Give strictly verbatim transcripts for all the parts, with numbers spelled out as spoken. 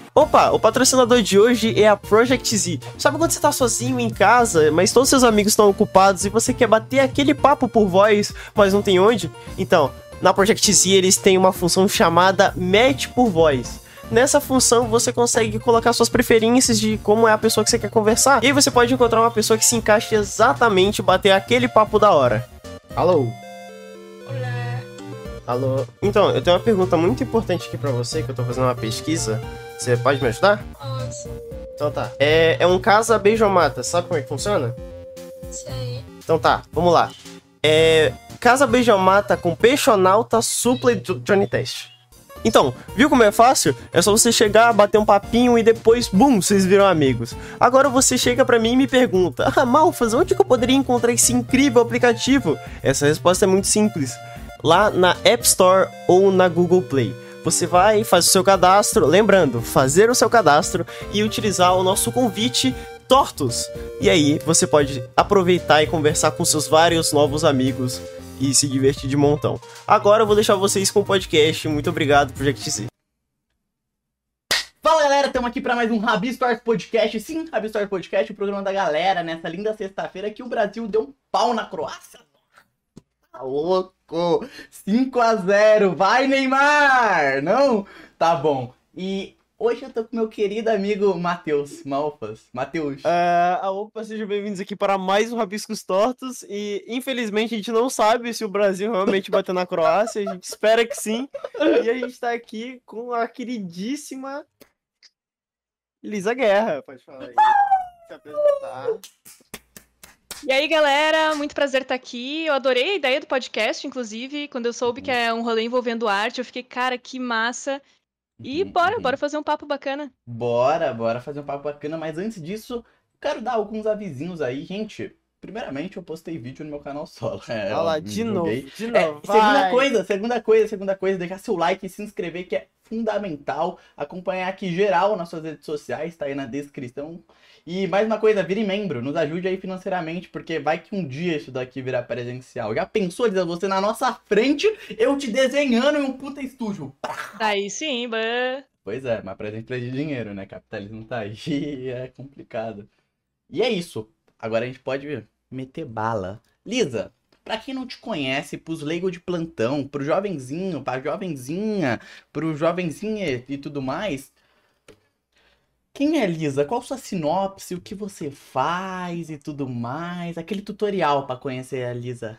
Opa, o patrocinador de hoje é a Project Z. Sabe quando você tá sozinho em casa, mas todos seus amigos estão ocupados e você quer bater aquele papo por voz, mas não tem onde? Então, na Project Z eles têm uma função chamada Match por Voz. Nessa função você consegue colocar suas preferências de como é a pessoa que você quer conversar. E aí você pode encontrar uma pessoa que se encaixe exatamente e bater aquele papo da hora. Alô? Olá. Alô? Então, eu tenho uma pergunta muito importante aqui pra você, que eu tô fazendo uma pesquisa. Você pode me ajudar? Posso. Então tá. É, é um casa beijomata, sabe como é que funciona? Sei. Então tá, vamos lá. É casa beijomata com peixonauta, supla e Johnny Test. Então, viu como é fácil? É só você chegar, bater um papinho e depois, bum, vocês viram amigos. Agora você chega pra mim e me pergunta: Ah, Malfas, onde que eu poderia encontrar esse incrível aplicativo? Essa resposta é muito simples. Lá na App Store ou na Google Play. Você vai, faz o seu cadastro, lembrando, fazer o seu cadastro e utilizar o nosso convite Tortos. E aí você pode aproveitar e conversar com seus vários novos amigos e se divertir de montão. Agora eu vou deixar vocês com o podcast. Muito obrigado, Project Z. Fala galera, estamos aqui para mais um Rabi Stories Podcast. Sim, Rabi Stories Podcast, o programa da galera nessa linda sexta-feira que o Brasil deu um pau na Croácia. Tá louco! cinco a zero, vai Neymar! Não? Tá bom. E hoje eu tô com meu querido amigo Matheus Malfas. Matheus. Uh, opa, sejam bem-vindos aqui para mais um Rabiscos Tortos. E infelizmente a gente não sabe se o Brasil realmente bateu na Croácia. A gente espera que sim. E a gente tá aqui com a queridíssima Lisa Guerra. Pode falar aí. Se apresentar. E aí, galera, muito prazer estar aqui. Eu adorei a ideia do podcast, inclusive, quando eu soube que é um rolê envolvendo arte, eu fiquei, cara, que massa. E Uhum, bora, uhum. bora fazer um papo bacana. Bora, bora fazer um papo bacana, mas antes disso, quero dar alguns avisinhos aí, gente. Primeiramente, eu postei vídeo no meu canal solo. É, Olha lá, eu de me novo, joguei. de É, novo, segunda vai. coisa, segunda coisa, segunda coisa, deixar seu like e se inscrever, que é fundamental. Acompanhar aqui geral nas suas redes sociais, tá aí na descrição. E mais uma coisa, vire membro, nos ajude aí financeiramente, porque vai que um dia isso daqui virar presencial. Já pensou, Lisa, você na nossa frente, eu te desenhando em um puta estúdio? Daí sim, bah. Pois é, mas presente precisa de dinheiro, né? Capitalismo tá aí, é complicado. E é isso. Agora a gente pode meter bala. Lisa, pra quem não te conhece, pros leigos de plantão, pro jovenzinho, pra jovenzinha, pro jovenzinha e tudo mais, quem é Lisa? Qual sua sinopse? O que você faz e tudo mais? Aquele tutorial pra conhecer a Lisa.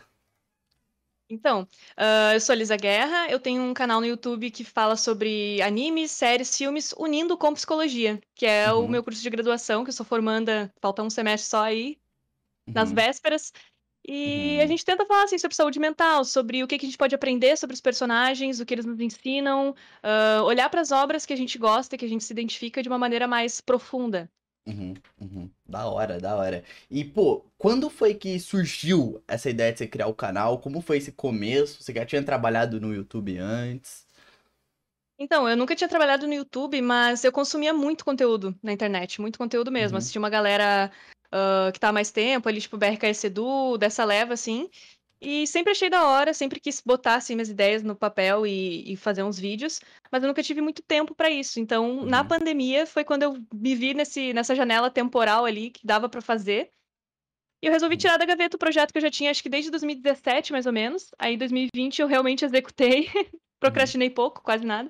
Então, uh, eu sou a Lisa Guerra, eu tenho um canal no YouTube que fala sobre animes, séries, filmes, unindo com psicologia, que é o Uhum, meu curso de graduação, que eu sou formanda, falta um semestre só aí, nas uhum, vésperas. E a uhum, gente tenta falar assim, sobre saúde mental, sobre o que, que a gente pode aprender sobre os personagens, o que eles nos ensinam, uh, olhar para as obras que a gente gosta, que a gente se identifica de uma maneira mais profunda. uhum, uhum. Da hora, da hora. E, pô, quando foi que surgiu essa ideia de você criar o canal? Como foi esse começo? Você já tinha trabalhado no YouTube antes? Então, eu nunca tinha trabalhado no YouTube, mas eu consumia muito conteúdo na internet, muito conteúdo mesmo. Uhum, Assistia uma galera ah, que tá há mais tempo, ali, tipo, B R K S Edu, dessa leva, assim. E sempre achei da hora, sempre quis botar, assim, minhas ideias no papel e, e fazer uns vídeos, mas eu nunca tive muito tempo pra isso. Então, na uhum, pandemia, foi quando eu me vi nesse, nessa janela temporal ali, que dava pra fazer. E eu resolvi uhum, tirar da gaveta o projeto que eu já tinha, acho que desde dois mil e dezessete, mais ou menos. Aí, em dois mil e vinte, eu realmente executei. uhum, Procrastinei pouco, quase nada.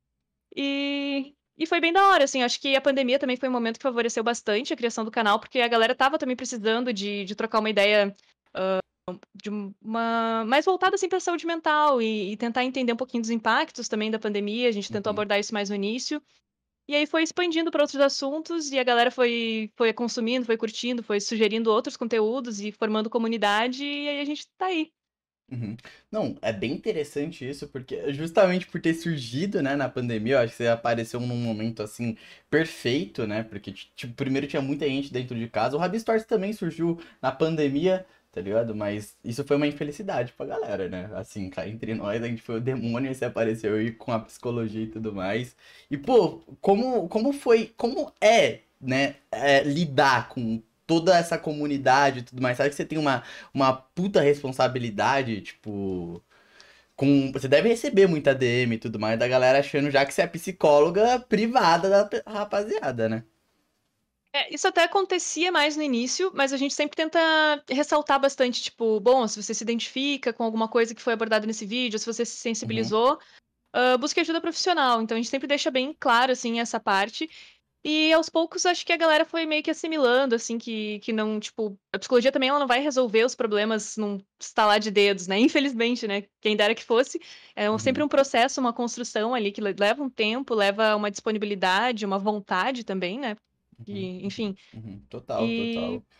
E, e foi bem da hora, assim, acho que a pandemia também foi um momento que favoreceu bastante a criação do canal, porque a galera tava também precisando de, de trocar uma ideia de uma mais voltada, assim, pra saúde mental e, e tentar entender um pouquinho dos impactos também da pandemia, a gente tentou uhum. abordar isso mais no início, e aí foi expandindo para outros assuntos, e a galera foi, foi consumindo, foi curtindo, foi sugerindo outros conteúdos e formando comunidade, e aí a gente tá aí. Uhum. Não, é bem interessante isso, porque justamente por ter surgido, né, na pandemia, eu acho que você apareceu num momento, assim, perfeito, né, porque, tipo, primeiro tinha muita gente dentro de casa, o Rabi Stories também surgiu na pandemia, tá ligado? Mas isso foi uma infelicidade pra galera, né, assim, cá entre nós, a gente foi o demônio e você apareceu aí com a psicologia e tudo mais, e, pô, como, como foi, como é, né, é, lidar com toda essa comunidade e tudo mais, sabe que você tem uma uma puta responsabilidade, tipo, com, você deve receber muita D M e tudo mais da galera achando já que você é psicóloga privada da pe- rapaziada, né? É, isso até acontecia mais no início, mas a gente sempre tenta ressaltar bastante, tipo, bom, se você se identifica com alguma coisa que foi abordada nesse vídeo, se você se Uhum, sensibilizou, ah, busque ajuda profissional. Então a gente sempre deixa bem claro, assim, essa parte. E aos poucos acho que a galera foi meio que assimilando, assim, que, que não, tipo, a psicologia também ela não vai resolver os problemas num estalar de dedos, né? Infelizmente, né? Quem dera que fosse. É um- sempre uhum, um processo, uma construção ali que le- leva um tempo, leva uma disponibilidade, uma vontade também, né? uhum, E, uhum, enfim. uhum. Total, E, total.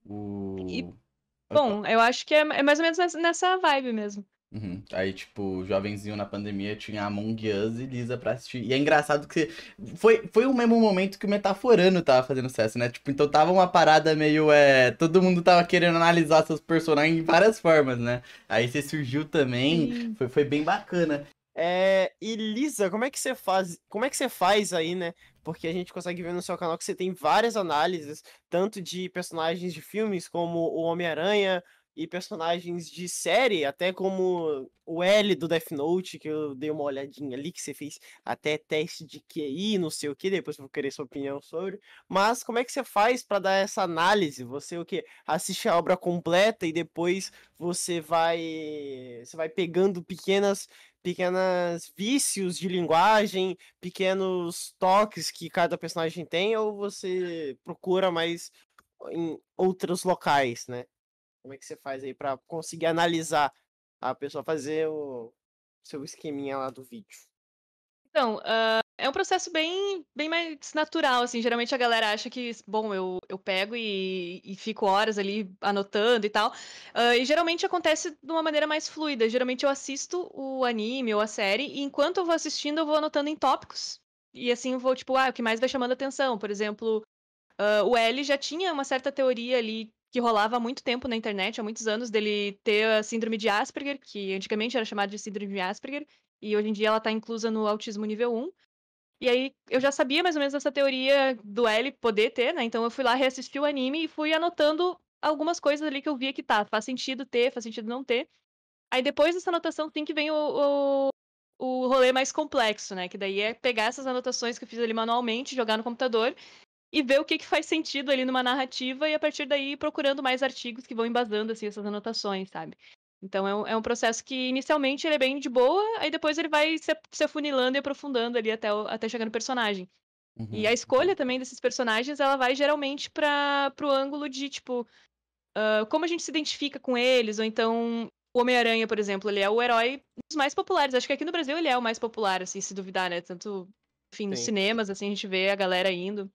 e, O... bom, eu acho que é, é mais ou menos nessa, nessa vibe mesmo. Uhum. Aí, tipo, jovenzinho na pandemia tinha Among Us e Lisa pra assistir. E é engraçado que foi, foi o mesmo momento que o Metaforando tava fazendo sucesso, né? Tipo, então tava uma parada meio, é... Todo mundo tava querendo analisar seus personagens de várias formas, né? Aí você surgiu também, Sim. foi, foi bem bacana. É, e Lisa, como é que você faz, como é que você faz aí, né? Porque a gente consegue ver no seu canal que você tem várias análises, tanto de personagens de filmes como o Homem-Aranha e personagens de série, até como o L do Death Note, que eu dei uma olhadinha ali, que você fez até teste de Q I, não sei o que, depois eu vou querer sua opinião sobre. Mas como é que você faz para dar essa análise? Você o quê? Assiste a obra completa e depois você vai você vai pegando pequenas pequenas vícios de linguagem, pequenos toques que cada personagem tem, ou você procura mais em outros locais, né? Como é que você faz aí para conseguir analisar a pessoa fazer o seu esqueminha lá do vídeo? Então, ah, é um processo bem, bem mais natural, assim. Geralmente a galera acha que, bom, eu, eu pego e, e fico horas ali anotando e tal. Ah, e geralmente acontece de uma maneira mais fluida. Geralmente eu assisto o anime ou a série, e enquanto eu vou assistindo, eu vou anotando em tópicos. E assim eu vou, tipo, ah, o que mais vai chamando atenção. Por exemplo, ah, o L já tinha uma certa teoria ali que rolava há muito tempo na internet, há muitos anos, dele ter a síndrome de Asperger, que antigamente era chamada de síndrome de Asperger, e hoje em dia ela está inclusa no autismo nível um. E aí eu já sabia mais ou menos essa teoria do L poder ter, né? Então eu fui lá reassistir o anime e fui anotando algumas coisas ali que eu via que tá, faz sentido ter, faz sentido não ter. Aí depois dessa anotação sim que vem o, o, o rolê mais complexo, né? Que daí é pegar essas anotações que eu fiz ali manualmente, jogar no computador e ver o que que faz sentido ali numa narrativa e a partir daí ir procurando mais artigos que vão embasando assim essas anotações, sabe? Então é um, é um processo que inicialmente ele é bem de boa, aí depois ele vai se, se afunilando e aprofundando ali até, o- até chegar no personagem. E a Uhum, escolha também desses personagens, ela vai geralmente para pro ângulo de tipo, ah, como a gente se identifica com eles, ou então o Homem-Aranha, por exemplo, ele é o herói dos mais populares. Acho que aqui no Brasil ele é o mais popular, assim, se duvidar, né? Tanto, enfim, nos Sim. cinemas, assim, a gente vê a galera indo.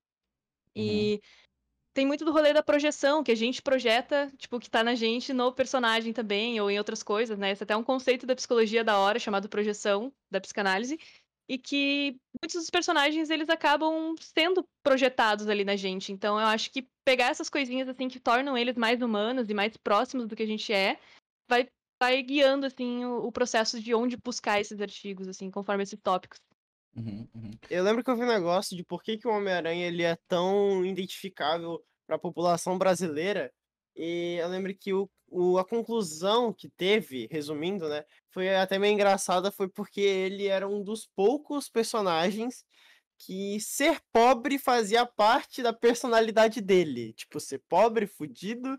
uhum, E tem muito do rolê da projeção, que a gente projeta, tipo, que tá na gente no personagem também, ou em outras coisas, né? Esse até é um conceito da psicologia da hora, chamado projeção, da psicanálise, e que muitos dos personagens, eles acabam sendo projetados ali na gente. Então, eu acho que pegar essas coisinhas, assim, que tornam eles mais humanos e mais próximos do que a gente é, vai, vai guiando, assim, o, o processo de onde buscar esses artigos, assim, conforme esses tópicos. uhum, uhum, Eu lembro que eu vi um negócio de por que, que o Homem-Aranha ele é tão identificável para a população brasileira. E eu lembro que o, o, a conclusão que teve, resumindo, né, foi até meio engraçada, foi porque ele era um dos poucos personagens que ser pobre fazia parte da personalidade dele. Tipo, ser pobre, fudido,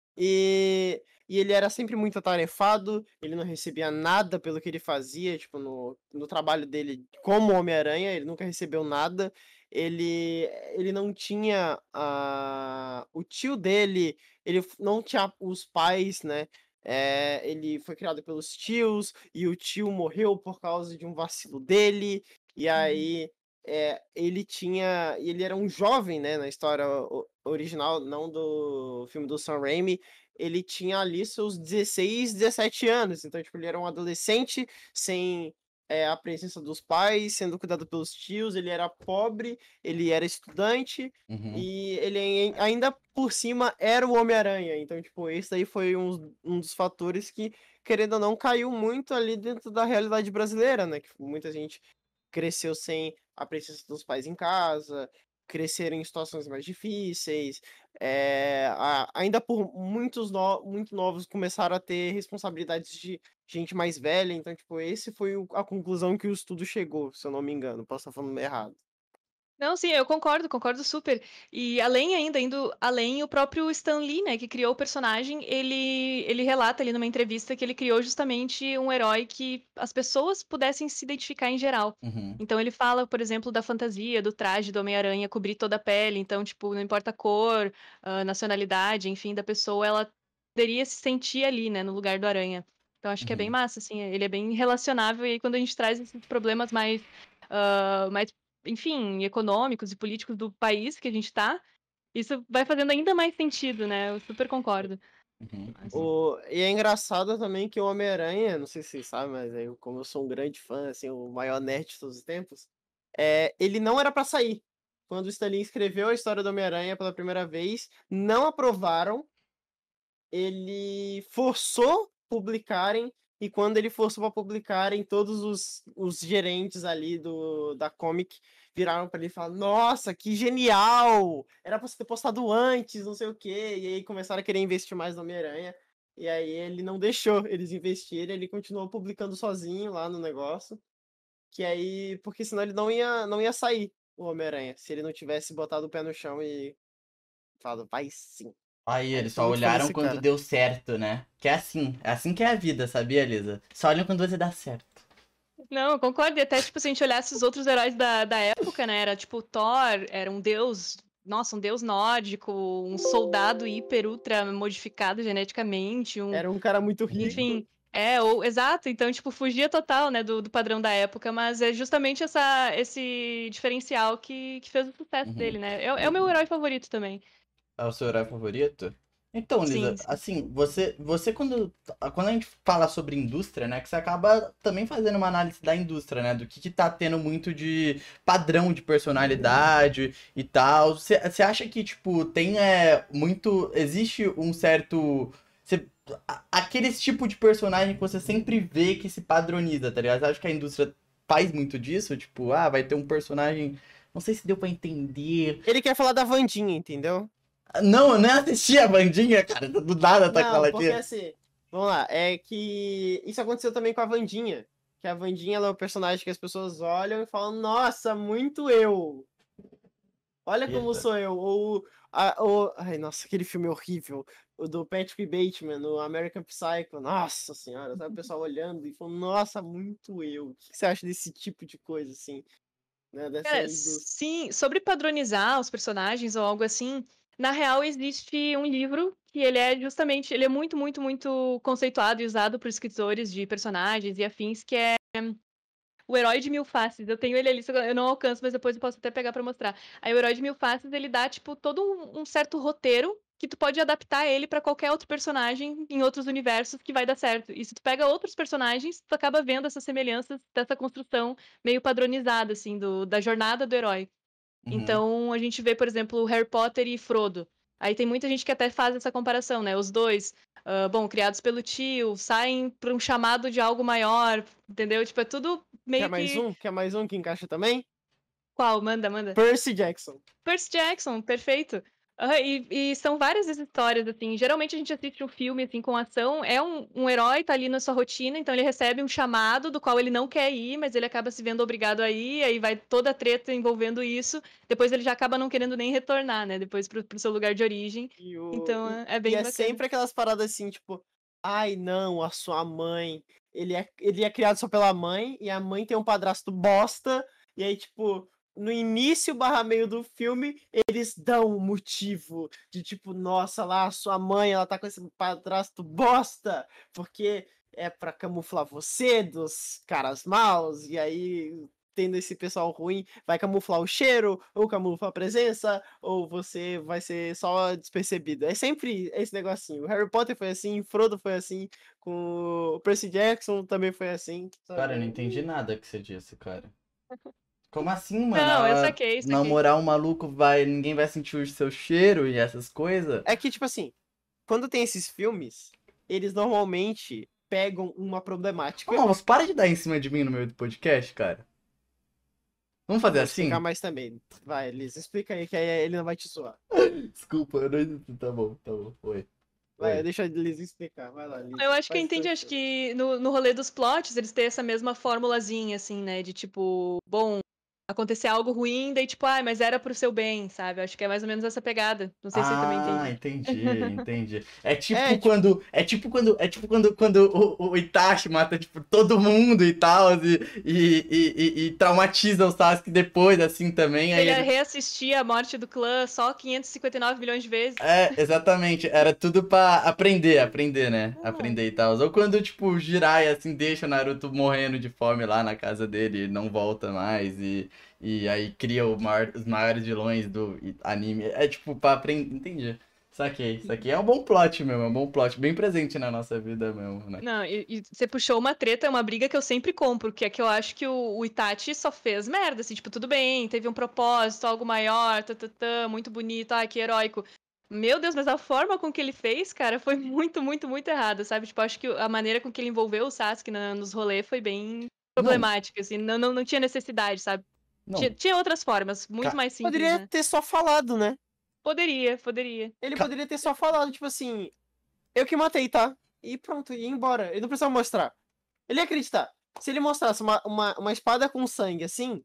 e, e ele era sempre muito atarefado, ele não recebia nada pelo que ele fazia, tipo, no, no trabalho dele como Homem-Aranha, ele nunca recebeu nada. Ele, ele não tinha a, o tio dele, ele não tinha os pais, né? É, ele foi criado pelos tios e o tio morreu por causa de um vacilo dele. E Uhum. aí é, ele tinha. Ele era um jovem, né? Na história o- original, não do filme do Sam Raimi, ele tinha ali seus dezesseis, dezessete anos. Então, tipo, ele era um adolescente sem é, a presença dos pais, sendo cuidado pelos tios. Ele era pobre, ele era estudante uhum, e ele ai- ainda por cima era o Homem-Aranha. Então, tipo, esse daí foi um, um dos fatores que, querendo ou não, caiu muito ali dentro da realidade brasileira, né? Que muita gente cresceu sem a presença dos pais em casa. cresceram em situações mais difíceis, é, a- ainda por muitos no, muito novos começaram a ter responsabilidades de gente mais velha, então, tipo, esse foi o- a conclusão que o estudo chegou, se eu não me engano, posso estar falando errado. Não, sim, eu concordo, concordo super. E além ainda, indo além, o próprio Stan Lee, né, que criou o personagem, ele, ele relata ali numa entrevista que ele criou justamente um herói que as pessoas pudessem se identificar em geral. Uhum. Então ele fala, por exemplo, da fantasia, do traje do Homem-Aranha cobrir toda a pele, então, tipo, não importa a cor, a nacionalidade, enfim, da pessoa, ela poderia se sentir ali, né, no lugar do Aranha. Então acho que é bem Uhum. massa, assim, ele é bem relacionável, e aí quando a gente traz esses problemas mais, ah, mais enfim, econômicos e políticos do país que a gente tá, isso vai fazendo ainda mais sentido, né? Eu super concordo. Uhum. Mas- Uhum. O, e é engraçado também que o Homem-Aranha, não sei se vocês sabem, mas eu, como eu sou um grande fã, assim, o maior nerd de todos os tempos, é, ele não era pra sair. Quando o Stan Lee escreveu a história do Homem-Aranha pela primeira vez, não aprovaram, ele forçou publicarem, e quando ele forçou para publicarem, todos os, os gerentes ali do, da Comic viraram para ele e falaram: Nossa, que genial! Era para você ter postado antes, não sei o quê. E aí começaram a querer investir mais no Homem-Aranha. E aí ele não deixou eles investirem, ele continuou publicando sozinho lá no negócio. Que aí, porque senão ele não ia, não ia sair, o Homem-Aranha, se ele não tivesse botado o pé no chão e falado, vai sim. Aí Aí eu eles sou só muito fã olharam desse quando cara. deu certo, né? Que é assim. É assim que é a vida, sabia, Lisa? Só olham quando você dá certo. Não, eu concordo. E até, tipo, se a gente olhasse os outros heróis da, da época, né? Era tipo Thor, era um deus, nossa, um deus nórdico, um soldado hiper, ultra modificado geneticamente, um. Era um cara muito rico. Enfim, é, ou, exato, então, tipo, fugia total, né, do, do padrão da época, mas é justamente essa, esse diferencial que, que fez o sucesso Uhum. dele, né? É, é o meu herói favorito também. É o seu herói favorito? Então, Sim, Lisa, sim. assim, você, você quando, quando a gente fala sobre indústria, né, que você acaba também fazendo uma análise da indústria, né, do que que tá tendo muito de padrão de personalidade e tal. Você, você acha que, tipo, tem é, muito, existe um certo, você, a- aqueles tipo de personagem que você sempre vê que se padroniza, tá ligado? Você acha que a indústria faz muito disso? Tipo, ah, vai ter um personagem, não sei se deu pra entender. Ele quer falar da Wandinha, entendeu? Não, eu nem assisti a Bandinha, cara. Do nada tá com Não, ela porque aqui. assim, vamos lá, é que isso aconteceu também com a Wandinha. Que a Wandinha ela é o personagem que as pessoas olham e falam, nossa, muito eu. Olha como Eita. sou eu. Ou, a, ou, ai, nossa, aquele filme horrível. O do Patrick Bateman, no American Psycho. Nossa senhora, sabe o pessoal olhando e falando, nossa, muito eu. O que você acha desse tipo de coisa, assim, né? Dessa Cara, indústria. sim, sobre padronizar os personagens ou algo assim, na real existe um livro que ele é justamente, ele é muito, muito, muito conceituado e usado por escritores de personagens e afins, que é O Herói de Mil Faces. Eu tenho ele ali, só que eu não alcanço, mas depois eu posso até pegar pra mostrar. Aí o Herói de Mil Faces, ele dá, tipo, todo um, um certo roteiro que tu pode adaptar ele pra qualquer outro personagem em outros universos que vai dar certo. E se tu pega outros personagens, tu acaba vendo essas semelhanças dessa construção meio padronizada, assim, do, da jornada do herói. Uhum. Então, a gente vê, por exemplo, o Harry Potter e Frodo. Aí tem muita gente que até faz essa comparação, né? Os dois, ah, bom, criados pelo tio, saem para um chamado de algo maior, entendeu? Tipo, é tudo Quer meio mais que. um? Quer mais um que encaixa também? Qual? Manda, manda. Percy Jackson. Percy Jackson, perfeito. Aham, e, e são várias as histórias, assim. Geralmente a gente assiste um filme, assim, com ação. É um, um herói, tá ali na sua rotina, então ele recebe um chamado do qual ele não quer ir, mas ele acaba se vendo obrigado a ir, aí vai toda a treta envolvendo isso. Depois ele já acaba não querendo nem retornar, né? Depois pro, pro seu lugar de origem. E, o, Então e, é é e bem é bacana. sempre aquelas paradas assim, tipo, ai não, a sua mãe. Ele é, ele é criado só pela mãe, e a mãe tem um padrasto bosta, e aí, tipo, no início barra meio do filme, eles dão um motivo de tipo, nossa, lá, a sua mãe, ela tá com esse padrasto bosta, porque é pra camuflar você dos caras maus, e aí. Tendo esse pessoal ruim, vai camuflar o cheiro, ou camuflar a presença, ou você vai ser só despercebido. É sempre esse negocinho. O Harry Potter foi assim, Frodo foi assim, com o Percy Jackson também foi assim, Cara, eu não sabe? entendi nada que você disse, cara. Como assim, mano? Não, eu Ela saquei, saquei. namorar um maluco vai, ninguém vai sentir o seu cheiro e essas coisas? É que, tipo assim, quando tem esses filmes, eles normalmente pegam uma Ô, problemática. Novos, para de dar em cima de mim no meio do podcast, cara. Vamos fazer Vou assim? explicar mais também. Vai, Liz, explica aí, que aí ele não vai te zoar. Desculpa, eu não... Tá bom, tá bom. Oi. Vai, Oi. deixa a Liz explicar. Vai lá, Liz. Eu acho que eu Faz entendi, teu acho show. que no, no rolê dos plots eles têm essa mesma formulazinha, assim, né? De tipo, bom, acontecer algo ruim, daí tipo, ah, mas era pro seu bem, sabe? Acho que é mais ou menos essa pegada. Não sei se você também Ah, entende. entendi, entendi. É tipo É, tipo, quando, é tipo quando, é tipo quando, quando o, o Itachi mata tipo todo mundo e tal e, e, e, e- e traumatiza o Sasuke depois assim também, aí Ele ele... reassistia a morte do clã só quinhentos e cinquenta e nove milhões de vezes. É, exatamente, era tudo pra aprender, aprender, né? Hum. Aprender e tal. Ou quando tipo o Jiraiya assim deixa o Naruto morrendo de fome lá na casa dele, e não volta mais e e aí cria o maior- os maiores vilões do anime. É tipo pra aprender, entendi. Saquei, isso aqui é um bom plot mesmo, é um bom plot, bem presente na nossa vida mesmo, né? Não, e, e você puxou uma treta, uma briga que eu sempre compro, que é que eu acho que o, o Itachi só fez merda, assim, tipo, tudo bem, teve um propósito, algo maior, tatatã, muito bonito, ai, que heróico. Meu Deus, mas a forma com que ele fez, cara, foi muito, muito, muito errada, sabe? Tipo, acho que a maneira com que ele envolveu o Sasuke na- nos rolês foi bem Não, problemática, assim, não, não, não tinha necessidade, sabe? Tinha, não. tinha outras formas, muito Ca- mais simples, poderia né? ter só falado, né? Poderia, poderia. Ele ca- poderia ter só falado, tipo assim, eu que matei, tá? E pronto, ia embora. Ele não precisava mostrar. Ele ia acreditar. Se ele mostrasse uma, uma, uma espada com sangue assim,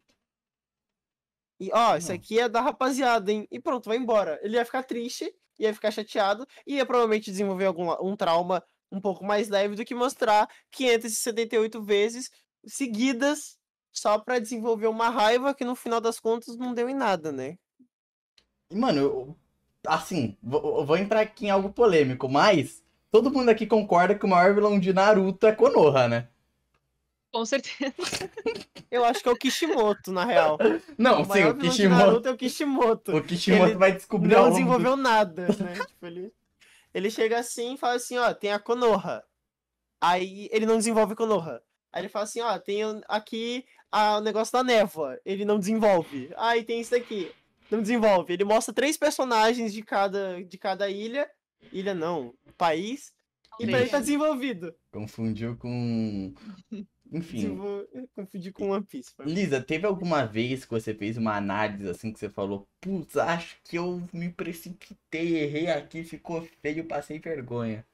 e ó, isso Não. aqui é da rapaziada, hein? E pronto, vai embora. Ele ia ficar triste, ia ficar chateado, e ia provavelmente desenvolver algum um trauma um pouco mais leve do que mostrar quinhentas e setenta e oito vezes seguidas só pra desenvolver uma raiva que no final das contas não deu em nada, né? E, mano, eu- assim, vou, eu vou entrar aqui em algo polêmico, mas todo mundo aqui concorda que o maior vilão de Naruto é Konoha, né? Com certeza. Eu acho que é o Kishimoto, na real. Não, O sim, maior o vilão de Kishimoto, Naruto é o Kishimoto. o Kishimoto Ele vai descobrir ao não longo do... desenvolveu nada, né? Tipo, ele, ele chega assim e fala assim, ó, tem a Konoha. Aí ele não desenvolve Konoha. Aí ele fala assim, ó, tem o- aqui a- o negócio da névoa. Ele não desenvolve. Aí tem isso aqui. Não desenvolve. Ele mostra três personagens de cada, de cada ilha. Ilha não, país. E pra ele tá desenvolvido. Confundiu com... Enfim. Desenvol... Confundi com One Piece. foi. Lisa, teve alguma vez que você fez uma análise assim que você falou, putz, acho que eu me precipitei, errei aqui, ficou feio, passei vergonha.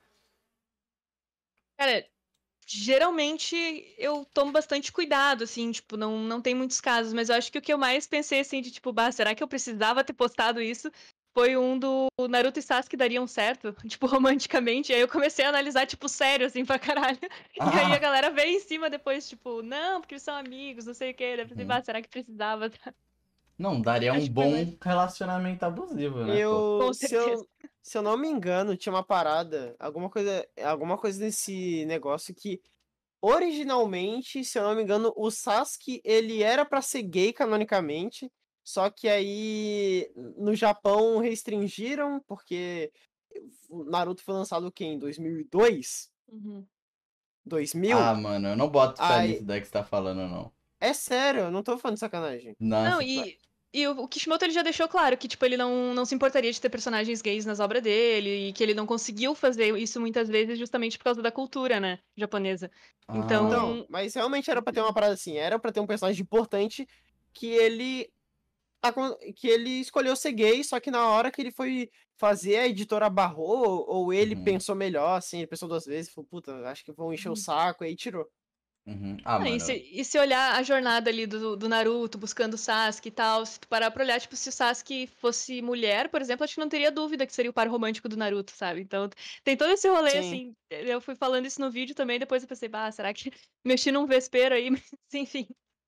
Cara, geralmente eu tomo bastante cuidado, assim, tipo, não, não tem muitos casos, mas eu acho que o que eu mais pensei, assim, de tipo, bah, será que eu precisava ter postado isso? Foi um do Naruto e Sasuke dariam certo, tipo, romanticamente. E aí eu comecei a analisar, tipo, sério, assim, pra caralho. E aí a Ah! galera veio em cima depois, tipo, não, porque eles são amigos, não sei o quê. Daí eu pensei, Uhum. bah, será que precisava? Não, daria um Acho que foi bom mais. relacionamento abusivo, né, pô? Eu, Com se certeza. eu, se eu não me engano, tinha uma parada, alguma coisa, alguma coisa nesse negócio que originalmente, se eu não me engano, o Sasuke, ele era pra ser gay canonicamente, só que aí no Japão restringiram, porque o Naruto foi lançado o quê? Em dois mil e dois? Uhum. dois mil? Ah, mano, eu não boto fé nisso Aí, daí que você tá falando, não. é sério, eu não tô falando de sacanagem. Não, Nossa, e, e o o Kishimoto ele já deixou claro que, tipo, ele não, não se importaria de ter personagens gays nas obras dele e que ele não conseguiu fazer isso muitas vezes justamente por causa da cultura, né, japonesa. ah, Então, Então, mas realmente era pra ter uma parada assim, era pra ter um personagem importante que ele acon- que ele escolheu ser gay, só que na hora que ele foi fazer, a editora barrou, ou ele uhum, pensou melhor, assim, ele pensou duas vezes, falou, puta, acho que vão encher o saco, aí tirou. uhum. Ah, ah, e mano, se, e se olhar a jornada ali do, do Naruto buscando o Sasuke e tal, se tu parar pra olhar, tipo, se o Sasuke fosse mulher, por exemplo, acho que não teria dúvida que seria o par romântico do Naruto, sabe? Então, tem todo esse rolê, Sim. assim, eu fui falando isso no vídeo também, depois eu pensei, bah, será que mexi num vespeiro aí? Mas, enfim,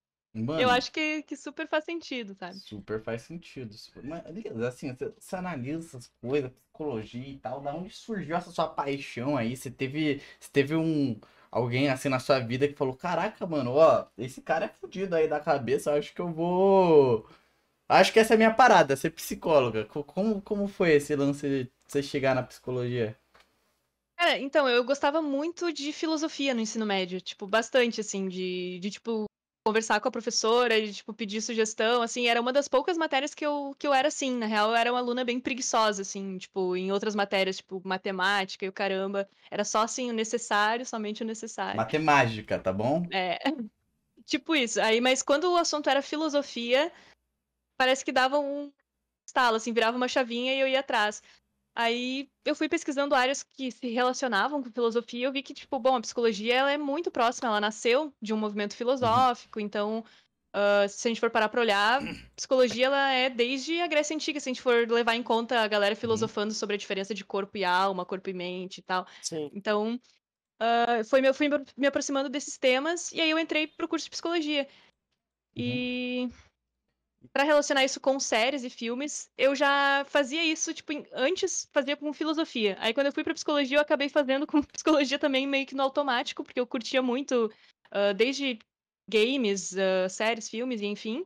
eu mano, acho que, que super faz sentido, sabe? super faz sentido. Super... Mas, Lisa, assim, você, você analisa essas coisas, psicologia e tal, da onde surgiu essa sua paixão aí? Você teve, você teve um alguém assim na sua vida que falou, caraca, mano, ó, esse cara é fudido aí da cabeça, eu acho que eu vou. Acho que essa é a minha parada, ser psicóloga. Co- Como, como foi esse lance de você chegar na psicologia? Cara, então, eu gostava muito de filosofia no ensino médio, tipo, bastante, assim, de, de tipo, conversar com a professora, de, tipo, pedir sugestão, assim, era uma das poucas matérias que eu, que eu era assim, na real, eu era uma aluna bem preguiçosa, assim, tipo, em outras matérias, tipo, matemática e o caramba, era só, assim, o necessário, somente o necessário. Matemática, tá bom? É, Tipo isso. Aí, mas quando o assunto era filosofia, parece que dava um estalo, assim, virava uma chavinha e eu ia atrás. Aí eu fui pesquisando áreas que se relacionavam com filosofia e eu vi que, tipo, bom, a psicologia ela é muito próxima, ela nasceu de um movimento Uhum. filosófico, então, ah, se a gente for parar pra olhar, psicologia ela é desde a Grécia Antiga, se a gente for levar em conta a galera Uhum. filosofando sobre a diferença de corpo e alma, corpo e mente e tal. Sim. Então, ah, foi, eu fui me aproximando desses temas e aí eu entrei pro curso de psicologia. Uhum. E pra relacionar isso com séries e filmes, eu já fazia isso, tipo, em- antes fazia com filosofia. Aí quando eu fui pra psicologia, eu acabei fazendo com psicologia também meio que no automático, porque eu curtia muito, ah, desde games, ah, séries, filmes, e enfim.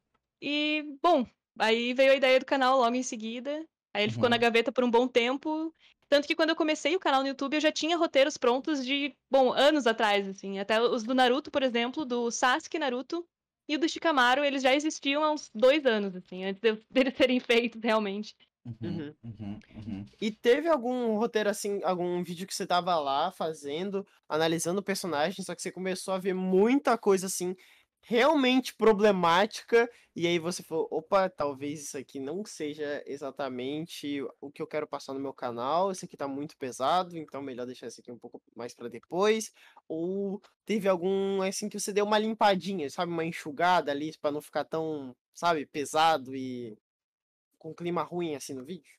E, bom, aí veio a ideia do canal logo em seguida. Aí ele ficou na Uhum. gaveta por um bom tempo. Tanto que quando eu comecei o canal no YouTube, eu já tinha roteiros prontos de, bom, anos atrás, assim. Até os do Naruto, por exemplo, do Sasuke Naruto e o do Shikamaru, eles já existiam há uns dois anos, assim, antes de- deles serem feitos realmente. Uhum. Uhum. Uhum. Uhum. E teve algum roteiro assim, algum vídeo que você tava lá fazendo, analisando o personagem, só que você começou a ver muita coisa assim, realmente problemática, e aí você falou, opa, talvez isso aqui não seja exatamente o que eu quero passar no meu canal, isso aqui tá muito pesado, então melhor deixar isso aqui um pouco mais pra depois. Ou teve algum assim que você deu uma limpadinha, sabe, uma enxugada ali pra não ficar tão, sabe, pesado e com clima ruim assim no vídeo?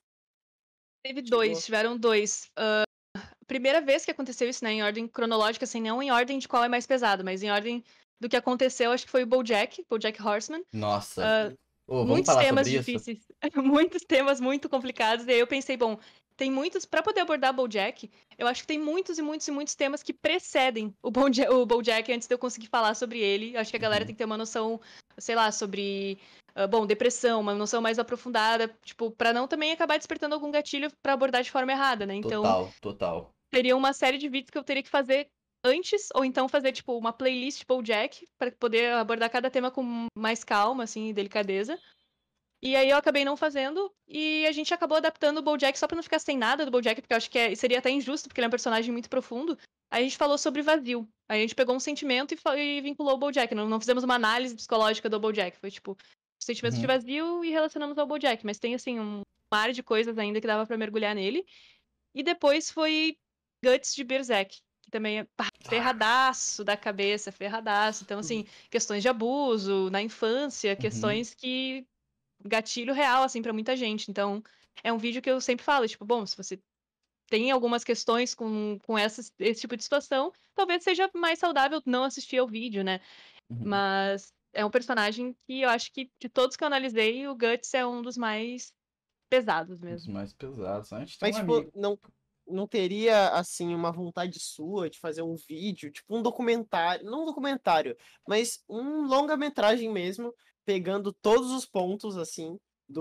Teve Chegou? dois, tiveram dois. Ah, primeira vez que aconteceu isso, né, em ordem cronológica, assim, não em ordem de qual é mais pesado, mas em ordem do que aconteceu, acho que foi o BoJack, BoJack Horseman. Nossa. Ah, Ô, vamos muitos falar temas sobre isso? difíceis, muitos temas muito complicados, e aí eu pensei, bom, tem muitos, pra poder abordar BoJack, eu acho que tem muitos e muitos e muitos temas que precedem o BoJack, o BoJack antes de eu conseguir falar sobre ele. Acho que a galera Uhum. tem que ter uma noção, sei lá, sobre, ah, bom, depressão, uma noção mais aprofundada, tipo, pra não também acabar despertando algum gatilho pra abordar de forma errada, né? Então, Total, total. teria uma série de vídeos que eu teria que fazer antes, ou então fazer, tipo, uma playlist BoJack, pra poder abordar cada tema com mais calma, assim, e delicadeza. E aí eu acabei não fazendo, e a gente acabou adaptando o BoJack só pra não ficar sem nada do BoJack, porque eu acho que é- seria até injusto, porque ele é um personagem muito profundo. Aí a gente falou sobre vazio. Aí a gente pegou um sentimento e, fa- e vinculou o BoJack. Não, não fizemos uma análise psicológica do BoJack. Foi tipo, o sentimento de Uhum. vazio e relacionamos ao BoJack. Mas tem, assim, um mar de coisas ainda que dava pra mergulhar nele. E depois foi Guts de Berserk, que também é pá, ferradaço da cabeça, ferradaço. Então, assim, questões de abuso na infância, Uhum. questões que gatilho real, assim, pra muita gente. Então, é um vídeo que eu sempre falo, tipo, bom, se você tem algumas questões com, com essa, esse tipo de situação, talvez seja mais saudável não assistir ao vídeo, né? Uhum. Mas é um personagem que eu acho que, de todos que eu analisei, o Guts é um dos mais pesados Um dos mesmo. mais pesados. A gente tem Mas, um tipo, amigo. não, não teria, assim, uma vontade sua de fazer um vídeo, tipo um documentário, não um documentário, mas um longa-metragem mesmo, pegando todos os pontos, assim,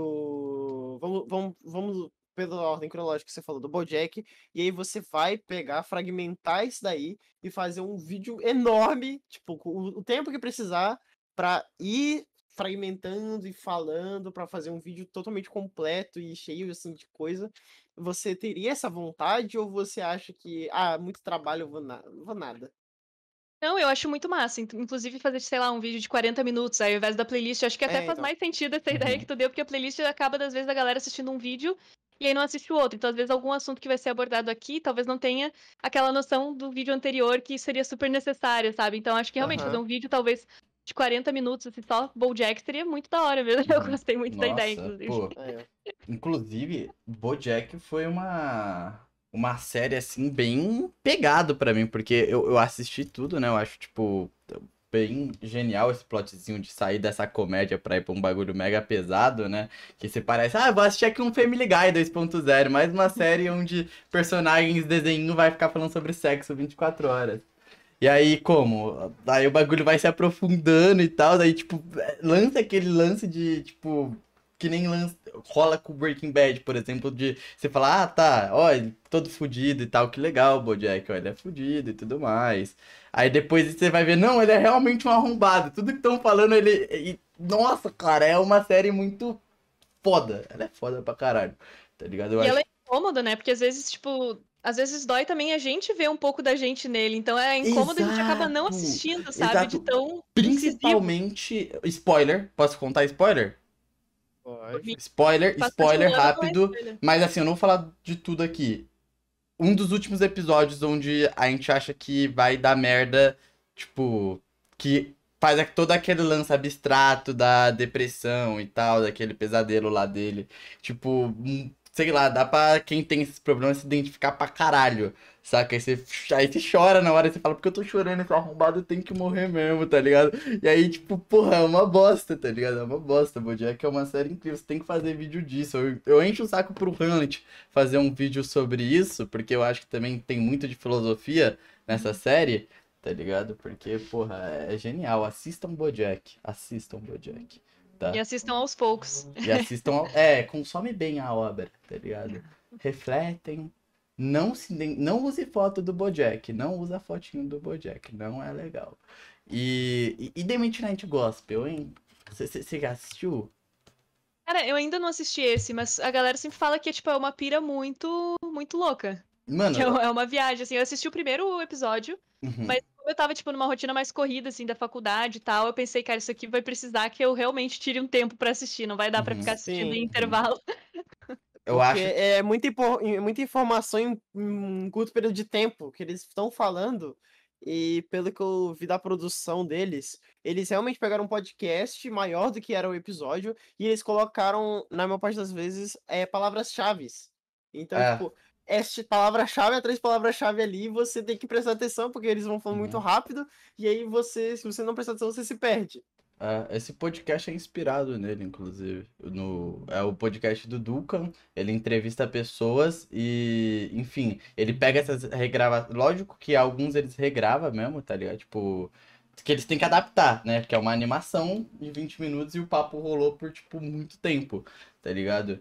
do... Vamos, vamos, vamos pela ordem cronológica que você falou, do BoJack, e aí você vai pegar, fragmentar isso daí e fazer um vídeo enorme, tipo, com o o tempo que precisar pra ir fragmentando e falando pra fazer um vídeo totalmente completo e cheio assim de coisa. Você teria essa vontade ou você acha que, ah, muito trabalho, eu vou, na... não vou nada? Não, eu acho muito massa. Int- Inclusive, fazer, sei lá, um vídeo de quarenta minutos aí, ao invés da playlist. Eu acho que até É, faz então. mais sentido essa ideia que Uhum. tu deu, porque a playlist acaba, das vezes, a galera assistindo um vídeo e aí não assiste o outro. Então, às vezes, algum assunto que vai ser abordado aqui, talvez não tenha aquela noção do vídeo anterior que seria super necessária, sabe? Então, acho que realmente fazer Aham. um vídeo, talvez, de quarenta minutos, assim, só BoJack, seria muito da hora mesmo. Eu Uhum. gostei muito da ideia, Nossa, inclusive. pô. É. Inclusive, BoJack foi uma uma série assim bem pegado pra mim, porque eu, eu assisti tudo, né? Eu acho tipo bem genial esse plotzinho de sair dessa comédia pra ir pra um bagulho mega pesado, né? Que você parece, ah, vou assistir aqui um Family Guy dois ponto zero, mais uma série onde personagens desenho vai ficar falando sobre sexo vinte e quatro horas. E aí, como? Aí o bagulho vai se aprofundando e tal, daí, tipo, lança aquele lance de, tipo, que nem lança, rola com o Breaking Bad, por exemplo, de você falar, ah, tá, ó, ele todo fudido e tal, que legal o BoJack, ó, ele é fudido e tudo mais. Aí depois você vai ver, não, ele é realmente um arrombado, tudo que estão falando, ele... e- nossa, cara, é uma série muito foda, ela é foda pra caralho, tá ligado? Eu E ela acho... é incômoda, né? Porque às vezes, tipo, às vezes dói também a gente ver um pouco da gente nele. Então é incômodo, a gente acaba não Exato, assistindo, sabe? De exato. tão incisivo. Principalmente, spoiler, posso contar spoiler? Pode. Spoiler, Faz spoiler parte do ano, não é rápido, spoiler. mas assim, eu não vou falar de tudo aqui. Um dos últimos episódios onde a gente acha que vai dar merda, tipo, que faz a- todo aquele lance abstrato da depressão e tal, daquele pesadelo lá dele. Tipo, hum, sei lá, dá pra quem tem esses problemas se identificar pra caralho, saca? Aí você, aí você chora na hora, e você fala, porque eu tô chorando, esse arrombado tem que morrer mesmo, tá ligado? E aí, tipo, porra, é uma bosta, tá ligado? É uma bosta, BoJack é uma série incrível, você tem que fazer vídeo disso. Eu, eu encho o saco pro Hamlet fazer um vídeo sobre isso, porque eu acho que também tem muito de filosofia nessa série, tá ligado? Porque, porra, é genial. Assistam BoJack, assistam BoJack, tá? E assistam aos poucos. E assistam, ao- é, consome bem a obra, tá ligado? Refletem, não se iden- não use foto do BoJack, não usa fotinho do BoJack, não é legal. E, e, e The Midnight Gospel, hein? Você já assistiu? Cara, eu ainda não assisti esse, mas a galera sempre fala que tipo, é uma pira muito, muito louca. Mano, Que é é uma viagem, assim. Eu assisti o primeiro episódio, uhum, mas como eu tava, tipo, numa rotina mais corrida, assim, da faculdade e tal, eu pensei, cara, isso aqui vai precisar que eu realmente tire um tempo pra assistir. Não vai dar pra uhum, ficar assistindo em Sim. intervalo. eu Porque acho. é muita, impo- muita informação em um curto período de tempo que eles estão falando. E pelo que eu vi da produção deles, eles realmente pegaram um podcast maior do que era o episódio e eles colocaram, na maior parte das vezes, é, palavras-chave. Então, É, tipo, esta palavra-chave, é três palavras-chave ali, você tem que prestar atenção, porque eles vão falando muito uhum. rápido, e aí você, se você não prestar atenção, você se perde. É, esse podcast é inspirado nele, inclusive. No, é o podcast do Duncan. Ele entrevista pessoas e, enfim, ele pega essas regravações. Lógico que alguns eles regrava mesmo, tá ligado? Tipo, que eles têm que adaptar, né? Porque é uma animação de vinte minutos e o papo rolou por, tipo, muito tempo, tá ligado?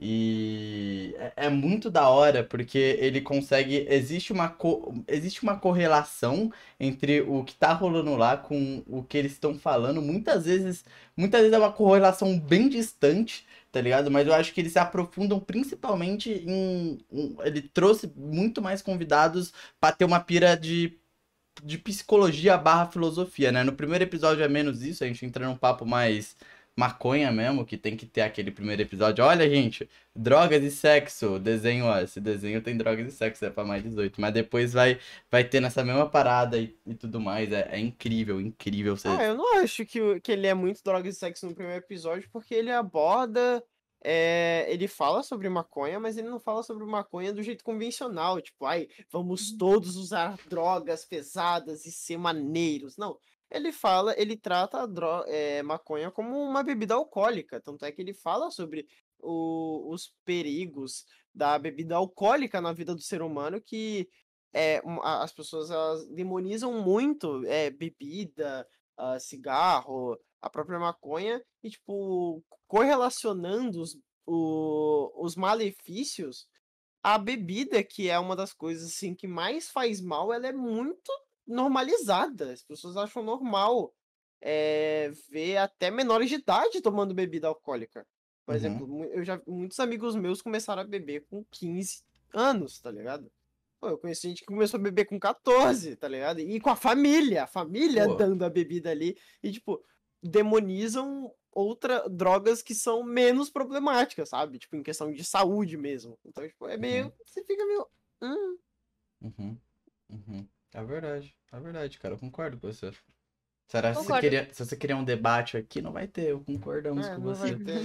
E é, é muito da hora porque ele consegue. Existe uma, co, existe uma correlação entre o que tá rolando lá com o que eles estão falando. Muitas vezes, muitas vezes é uma correlação bem distante, tá ligado? Mas eu acho que eles se aprofundam principalmente em, em- ele trouxe muito mais convidados pra ter uma pira de de psicologia barra filosofia, né? No primeiro episódio é menos isso, a gente entra num papo mais maconha mesmo, que tem que ter aquele primeiro episódio. Olha, gente, drogas e sexo, desenho, ó, esse desenho tem drogas e sexo, é pra mais dezoito, mas depois vai vai ter nessa mesma parada e, e tudo mais, é, é incrível, incrível. Você... Ah, eu não acho que, o- que ele é muito droga e sexo no primeiro episódio, porque ele aborda. É, ele fala sobre maconha, mas ele não fala sobre maconha do jeito convencional. Tipo, ai, vamos todos usar drogas pesadas e ser maneiros. Não. Ele fala, ele trata a dro é, maconha como uma bebida alcoólica. Tanto é que ele fala sobre o- os perigos da bebida alcoólica na vida do ser humano, que é, um, a- as pessoas elas demonizam muito é, bebida, ah, cigarro, a própria maconha, e tipo, correlacionando os, o- os malefícios, a bebida, que é uma das coisas assim que mais faz mal, ela é muito normalizada. As pessoas acham normal é, ver até menores de idade tomando bebida alcoólica. Por Uhum. exemplo, mu- eu já muitos amigos meus começaram a beber com quinze anos, tá ligado? Pô, eu conheci gente que começou a beber com quatorze, tá ligado? E com a família, a família Pô, dando a bebida ali. E, tipo, demonizam outra drogas que são menos problemáticas, sabe? Tipo, em questão de saúde mesmo. Então, tipo, é uhum, meio. Você fica meio. Hum, uhum, uhum. É verdade, é verdade, cara, eu concordo com você. Será que você Concordo. queria, se você queria um debate aqui, não vai ter, eu concordamos é, com não vai você. ter.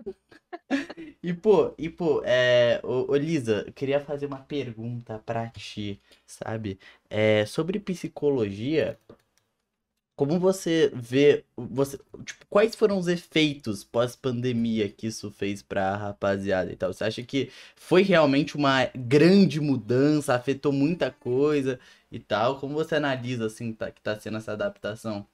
E pô, e pô, é, ô, ô, Lisa, eu queria fazer uma pergunta pra ti, sabe? É, sobre psicologia, como você vê, você, tipo, quais foram os efeitos pós-pandemia que isso fez pra rapaziada e tal? Você acha que foi realmente uma grande mudança, afetou muita coisa e tal? Como você analisa, assim, tá, que tá sendo essa adaptação?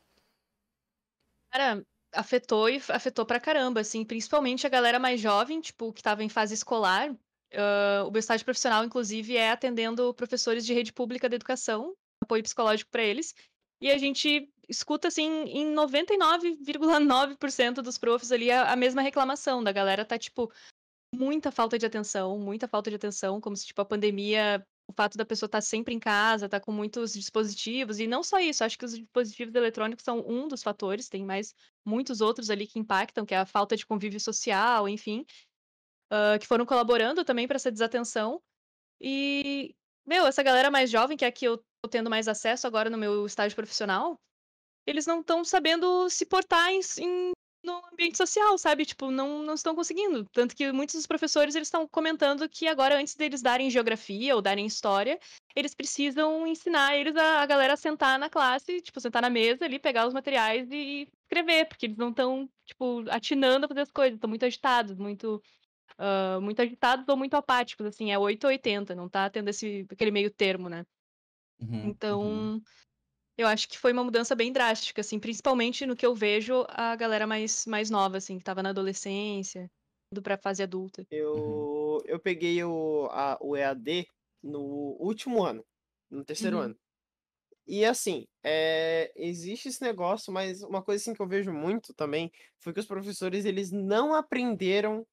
Cara, afetou e f- afetou pra caramba, assim, principalmente a galera mais jovem, tipo, que tava em fase escolar. Ah, o meu estágio profissional, inclusive, é atendendo professores de rede pública de educação, apoio psicológico pra eles. E a gente escuta, assim, em noventa e nove vírgula nove por cento dos profs ali a, a mesma reclamação da galera tá, tipo, muita falta de atenção, muita falta de atenção, como se, tipo, a pandemia o fato da pessoa estar sempre em casa, estar com muitos dispositivos, e não só isso, acho que os dispositivos eletrônicos são um dos fatores, tem mais muitos outros ali que impactam, que é a falta de convívio social, enfim, uh, que foram colaborando também para essa desatenção. E, meu, essa galera mais jovem, que é a que eu tô tendo mais acesso agora no meu estágio profissional, eles não estão sabendo se portar em, em- no ambiente social, sabe? Tipo, não, não estão conseguindo. Tanto que muitos dos professores, eles estão comentando que agora, antes deles darem geografia ou darem história, eles precisam ensinar eles, a, a galera, a sentar na classe, tipo, sentar na mesa ali, pegar os materiais e escrever, porque eles não estão, tipo, atinando a fazer as coisas, estão muito agitados, muito, ah, muito agitados ou muito apáticos, assim, é oito ou oitenta, não tá tendo esse, aquele meio termo, né? Uhum, uhum. Então, eu acho que foi uma mudança bem drástica, assim, principalmente no que eu vejo a galera mais, mais nova, assim, que tava na adolescência, indo pra fase adulta. Uhum, Eu, eu peguei o, a, o E A D no último ano, no terceiro Uhum. ano. E assim, é, existe esse negócio, mas uma coisa assim que eu vejo muito também foi que os professores eles não aprenderam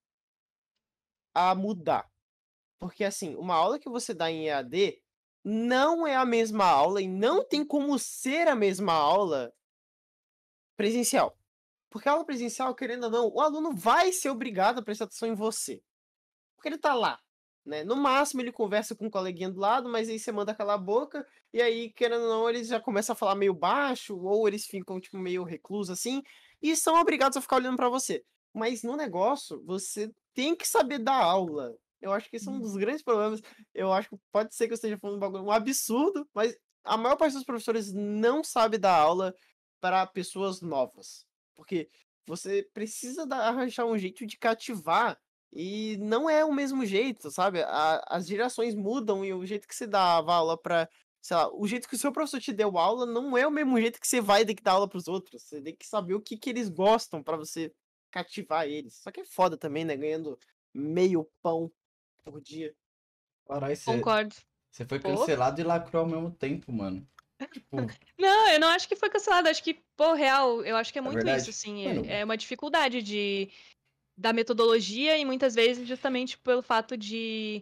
a mudar. Porque assim, uma aula que você dá em E A D não é a mesma aula e não tem como ser a mesma aula presencial. Porque a aula presencial, querendo ou não, o aluno vai ser obrigado a prestar atenção em você. Porque ele tá lá, né? No máximo ele conversa com um coleguinha do lado, mas aí você manda calar a boca, e aí, querendo ou não, eles já começam a falar meio baixo, ou eles ficam, tipo, meio reclusos assim, e são obrigados a ficar olhando pra você. Mas no negócio, você tem que saber dar aula. Eu acho que esse é um dos grandes problemas. Eu acho que pode ser que eu esteja falando um bagulho, um absurdo, mas a maior parte dos professores não sabe dar aula para pessoas novas. Porque você precisa dar, arranjar um jeito de cativar e não é o mesmo jeito, sabe? A- as gerações mudam e o jeito que você dava aula pra. Sei lá, o jeito que o seu professor te deu aula não é o mesmo jeito que você vai ter que dar aula pros outros. Você tem que saber o que, que eles gostam pra você cativar eles. Só que é foda também, né? Ganhando meio pão por dia. Caralho, você Concordo. você foi Pô. cancelado e lacrou ao mesmo tempo, mano. Tipo, Não, eu não acho que foi cancelado. Acho que, pô, real, eu acho que é é muito isso, verdade? assim. É, Mano, é uma dificuldade de, da metodologia e muitas vezes justamente pelo fato de,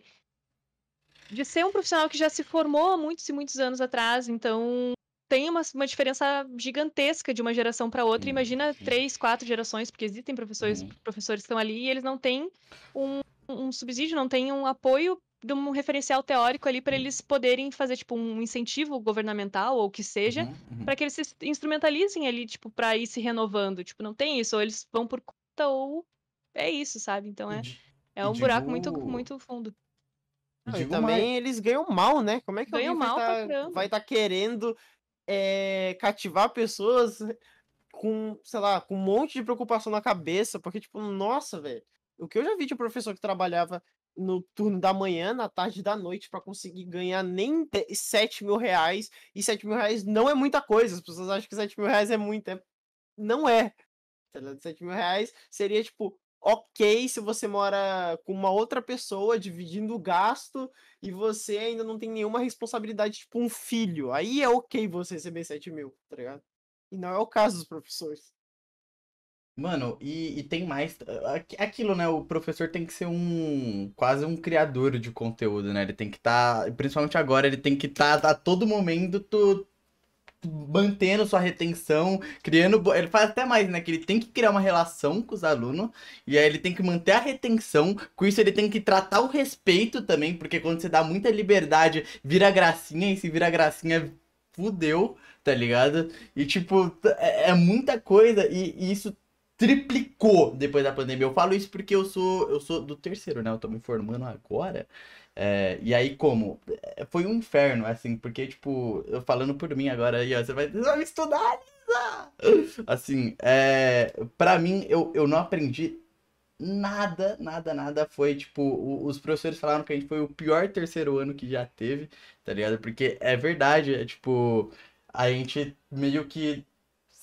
de ser um profissional que já se formou há muitos e muitos anos atrás. Então, tem uma, uma diferença gigantesca de uma geração para outra. sim, Imagina sim. três, quatro gerações, porque existem professores, Uhum, professores que estão ali e eles não têm um, um subsídio, não têm um apoio de um referencial teórico ali para eles poderem fazer tipo um incentivo governamental ou o que seja, uhum, uhum. para que eles se instrumentalizem ali, tipo, para ir se renovando. Tipo, não tem isso, ou eles vão por conta ou é isso, sabe? Então E, é di- é e um buraco muito digo, muito fundo. e Não, e digo mais. também eles ganham mal, né? Como é que Ganham alguém vai mal pra estar caramba. vai tá querendo é, cativar pessoas com, sei lá, com um monte de preocupação na cabeça, porque, tipo, nossa, velho, o que eu já vi de professor que trabalhava no turno da manhã, na tarde e da noite, pra conseguir ganhar nem de- sete mil reais, e sete mil reais não é muita coisa, as pessoas acham que sete mil reais é muito, é... não é, tá ligado? sete mil reais seria, tipo, ok se você mora com uma outra pessoa, dividindo o gasto, e você ainda não tem nenhuma responsabilidade, tipo, um filho, aí é ok você receber sete mil, tá ligado? E não é o caso dos professores. Mano, e, e tem mais. aqu- Aquilo, né? O professor tem que ser um. Quase um criador de conteúdo, né? Ele tem que estar. Principalmente agora, ele tem que estar a todo momento tu- tu mantendo sua retenção, criando. bo- Ele faz até mais, né? Que ele tem que criar uma relação com os alunos. E aí ele tem que manter a retenção. Com isso, ele tem que tratar o respeito também. Porque quando você dá muita liberdade, vira gracinha. E se vira gracinha, fudeu, tá ligado? E tipo, t- é, é muita coisa. E, e isso triplicou depois da pandemia. Eu falo isso porque eu sou eu sou do terceiro, né? Eu tô me formando agora. É, e aí, como? É, Foi um inferno, assim, porque, tipo, eu falando por mim agora aí, ó, você vai, você vai estudar, Lisa! Assim, é, pra mim, eu, eu não aprendi nada, nada, nada. Foi, tipo, o- os professores falaram que a gente foi o pior terceiro ano que já teve, tá ligado? Porque é verdade, é tipo, a gente meio que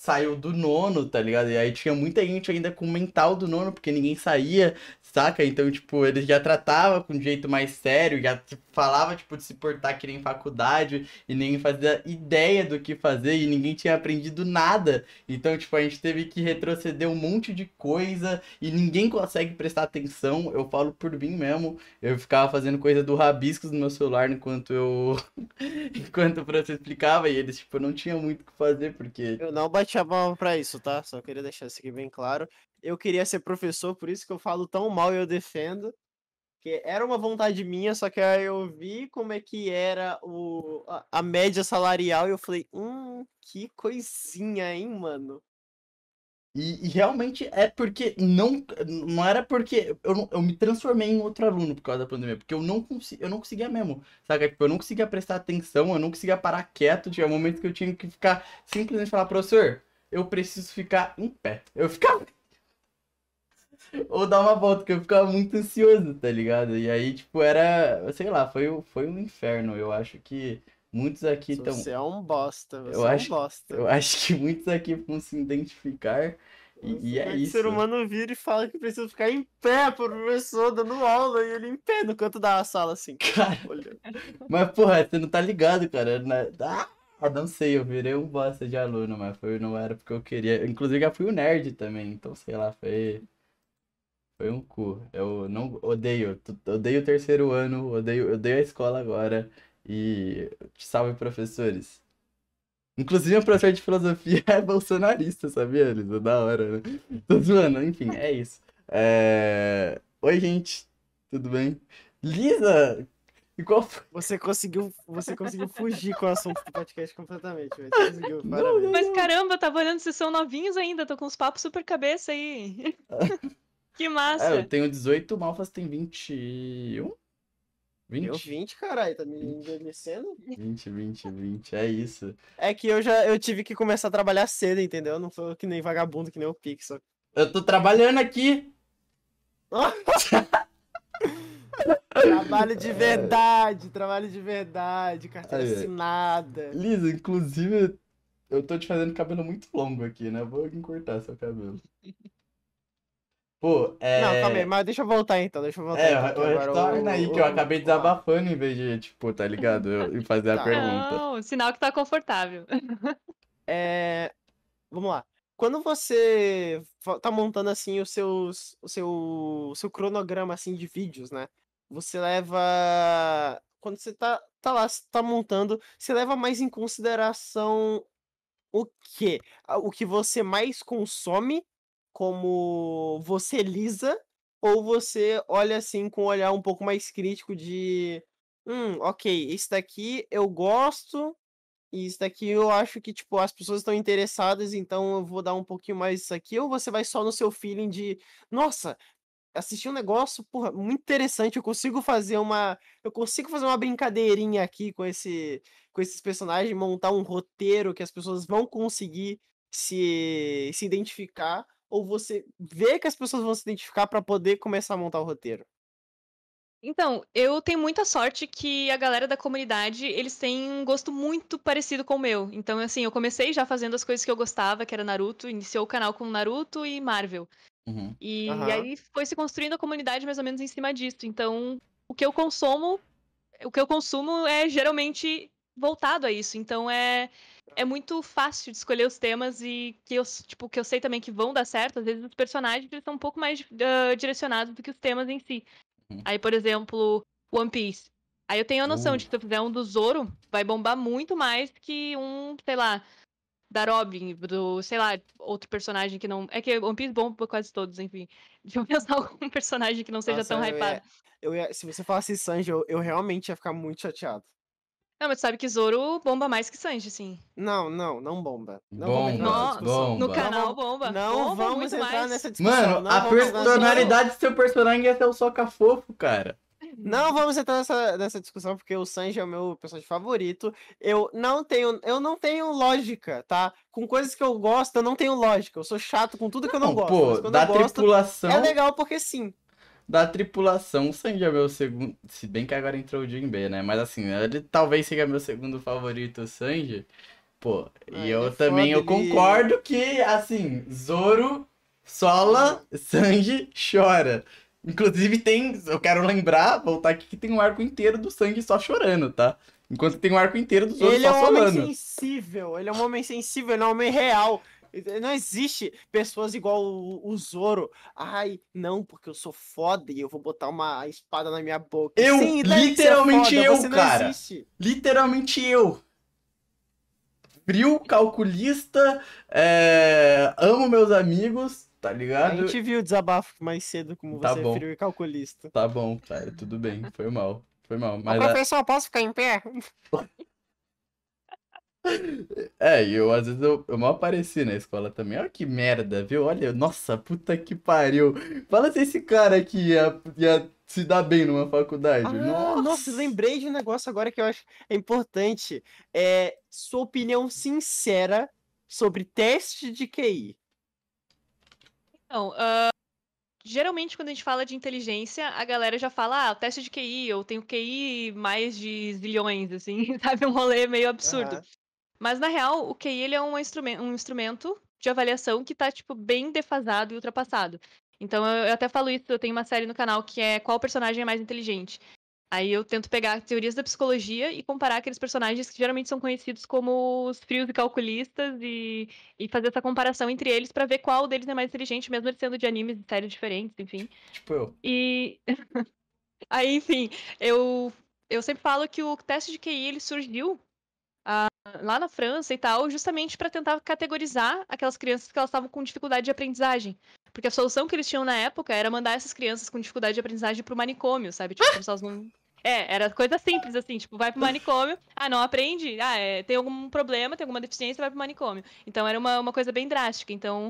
saiu do nono, tá ligado? E aí tinha muita gente ainda com o mental do nono, porque ninguém saía, saca? Então, tipo, eles já tratavam com um jeito mais sério, já tipo, falava, tipo, de se portar que nem faculdade, e ninguém fazia ideia do que fazer, e ninguém tinha aprendido nada. Então, tipo, a gente teve que retroceder um monte de coisa, e ninguém consegue prestar atenção. Eu falo por mim mesmo, eu ficava fazendo coisa do rabiscos no meu celular enquanto eu... enquanto o professor explicava, e eles, tipo, não tinham muito o que fazer, porque... Eu não bati a palma pra isso, tá? Só queria deixar isso aqui bem claro. Eu queria ser professor, por isso que eu falo tão mal e eu defendo. Que era uma vontade minha, só que aí eu vi como é que era o, a, a média salarial e eu falei, hum, que coisinha, hein, mano? E, e realmente é porque não, não era porque eu, não- eu me transformei em outro aluno por causa da pandemia, porque eu não, consi, eu não conseguia mesmo, sabe? Tipo, eu não conseguia prestar atenção, eu não conseguia parar quieto, tinha momentos que eu tinha que ficar simplesmente falar, professor, eu preciso ficar em pé. Eu ficava. Ou dar uma volta, porque eu ficava muito ansioso, tá ligado? E aí, tipo, era, sei lá, foi, o- foi um inferno. Eu acho que muitos aqui estão. Você é um bosta, Eu você é um acho, bosta. eu acho que muitos aqui vão se identificar. E, e Você é vê que o ser isso. humano vira e fala que precisa ficar em pé pro professor dando aula e ele em pé no canto da sala, assim. Cara, Olha. mas porra, você não tá ligado, cara. né? Ah, não sei, eu virei um bosta de aluno, mas foi, não era porque eu queria. Inclusive, já fui um nerd também, então sei lá, foi, foi um cu. Eu não odeio, tu- odeio o terceiro ano, odeio, odeio a escola agora. E salve, professores. Inclusive, o professor de filosofia é bolsonarista, sabia, Elisa? Da hora, né? Tô zoando, enfim, é isso. É... Oi, gente, tudo bem? Lisa, e qual foi? Você conseguiu, você conseguiu fugir com o assunto do podcast completamente, velho. Você conseguiu, Não, parabéns. Mas caramba, eu tava olhando, vocês são novinhos ainda, tô com uns papos super cabeça aí. Que É, eu massa. tenho dezoito, o Malfas tem vinte e um? Eu vinte? vinte, caralho, tá me envelhecendo? vinte, vinte, vinte, é isso. É que eu já eu tive que começar a trabalhar cedo, entendeu? Não sou que nem vagabundo, que nem o Pixel. Eu tô trabalhando aqui. Trabalho de verdade, trabalho de verdade, carteira Ai, ai. assinada. Lisa, inclusive, eu tô te fazendo cabelo muito longo aqui, né? Vou encurtar seu cabelo. Pô, Não, calma aí, é. mas deixa eu voltar então, deixa eu voltar É, então, que o agora retorna aí, que eu o, o, acabei o- ó, desabafando em vez de, tipo, tá ligado? Eu, e fazer a tá. pergunta. Não, sinal que tá confortável. É, vamos lá. Quando você fa- tá montando assim os seus, o seu, o seu cronograma assim de vídeos, né? Você leva, quando você tá, tá lá, tá montando, você leva mais em consideração o quê? A- O que você mais consome, como você lisa, ou você olha assim com um olhar um pouco mais crítico de, hum, ok, esse daqui eu gosto. E isso daqui eu acho que, tipo, as pessoas estão interessadas, então eu vou dar um pouquinho mais isso aqui, ou você vai só no seu feeling de, nossa, assisti um negócio, porra, muito interessante, eu consigo fazer uma, eu consigo fazer uma brincadeirinha aqui com esse, com esses personagens, montar um roteiro que as pessoas vão conseguir se, se identificar, ou você vê que as pessoas vão se identificar pra poder começar a montar o roteiro. Então, eu tenho muita sorte que a galera da comunidade, eles têm um gosto muito parecido com o meu. Então, assim, eu comecei já fazendo as coisas que eu gostava, que era Naruto, iniciou o canal com Naruto e Marvel. Uhum. E Aham. aí foi se construindo a comunidade mais ou menos em cima disso. Então, o que eu consumo, o que eu consumo é geralmente voltado a isso. Então é é muito fácil de escolher os temas e que eu, tipo, que eu sei também que vão dar certo. Às vezes os personagens eles são um pouco mais ah, direcionados do que os temas em si. Uhum. Aí, por exemplo, One Piece. Aí eu tenho a noção Uh, de que se eu fizer um do Zoro, vai bombar muito mais que um, sei lá, da Robin, do, sei lá, outro personagem que não. É que One Piece bomba quase todos, enfim. Deixa eu pensar algum personagem que não seja Nossa, tão eu hypado. ia, eu ia, se você falasse Sanji, eu, eu realmente ia ficar muito chateado. Não, mas tu sabe que Zoro bomba mais que Sanji, sim. Não, não, não bomba. Não vamos entrar nessa bomba, No, discussão. no bomba. Não canal vamos, bomba. não Bomba vamos muito entrar mais. nessa discussão. Mano, Não a vamos entrar nessa discussão. personalidade do seu personagem é ser o soca-fofo, cara. Não vamos entrar nessa, nessa discussão porque o Sanji é o meu personagem favorito. Eu não tenho, eu não tenho lógica, tá? Com coisas que eu gosto, eu não tenho lógica. Eu sou chato com tudo que eu não Não, gosto. pô, Mas quando da eu gosto, tripulação, é legal porque sim. da tripulação, o Sanji é meu segundo, se bem que agora entrou o Jinbe, né? Mas assim, ele talvez seja meu segundo favorito, o Sanji, Pô, Ah, e ele eu é também eu foda, ele- concordo que, assim, Zoro, Sola, Sanji chora. Inclusive tem, eu quero lembrar, voltar aqui, que tem um arco inteiro do Sanji só chorando, tá? Enquanto tem um arco inteiro do Zoro Ele é só um homem solando. sensível, ele é um homem sensível, ele é um homem real. Não existe pessoas igual o, o Zoro. Ai, não, porque eu sou foda e eu vou botar uma espada na minha boca. Eu, Sim, e daí que você é literalmente foda, eu, você não cara. existe. Literalmente eu. Frio, calculista, é, amo meus amigos, tá A ligado? gente viu o desabafo mais cedo, como Tá você é bom, frio e calculista. tá bom, cara, tudo bem, foi mal, foi mal. Ô, Mas a- professor, posso ficar em pé? é, e eu às vezes eu, eu mal apareci na escola também. Olha que merda, viu? Olha, nossa, puta que pariu. Fala se esse cara aqui ia, ia se dar bem numa faculdade. Ah, nossa, Nossa! lembrei de um negócio agora que eu acho é importante. É sua opinião sincera sobre teste de Q I. Então, ah, geralmente quando a gente fala de inteligência, a galera já fala, ah, teste de Q I, eu tenho Q I mais de zilhões, assim, sabe? Um rolê meio absurdo. Aham. Mas, na real, o Q I ele é um, instrumen- um instrumento de avaliação que tá, tipo, bem defasado e ultrapassado. Então, eu, eu até falo isso, eu tenho uma série no canal que é Qual personagem é mais inteligente? Aí eu tento pegar teorias da psicologia e comparar aqueles personagens que geralmente são conhecidos como os frios e calculistas e, e fazer essa comparação entre eles pra ver qual deles é mais inteligente, mesmo eles sendo de animes e séries diferentes, enfim. Tipo eu. E aí, enfim, eu, eu sempre falo que o teste de Q I ele surgiu lá na França e tal, justamente para tentar categorizar aquelas crianças que elas estavam com dificuldade de aprendizagem. Porque a solução que eles tinham na época era mandar essas crianças com dificuldade de aprendizagem pro manicômio, sabe? Tipo, como se elas não. É, era coisa simples, assim, tipo, vai pro manicômio, ah, não aprende, ah, é, tem algum problema, tem alguma deficiência, vai pro manicômio. Então era uma, uma coisa bem drástica. Então.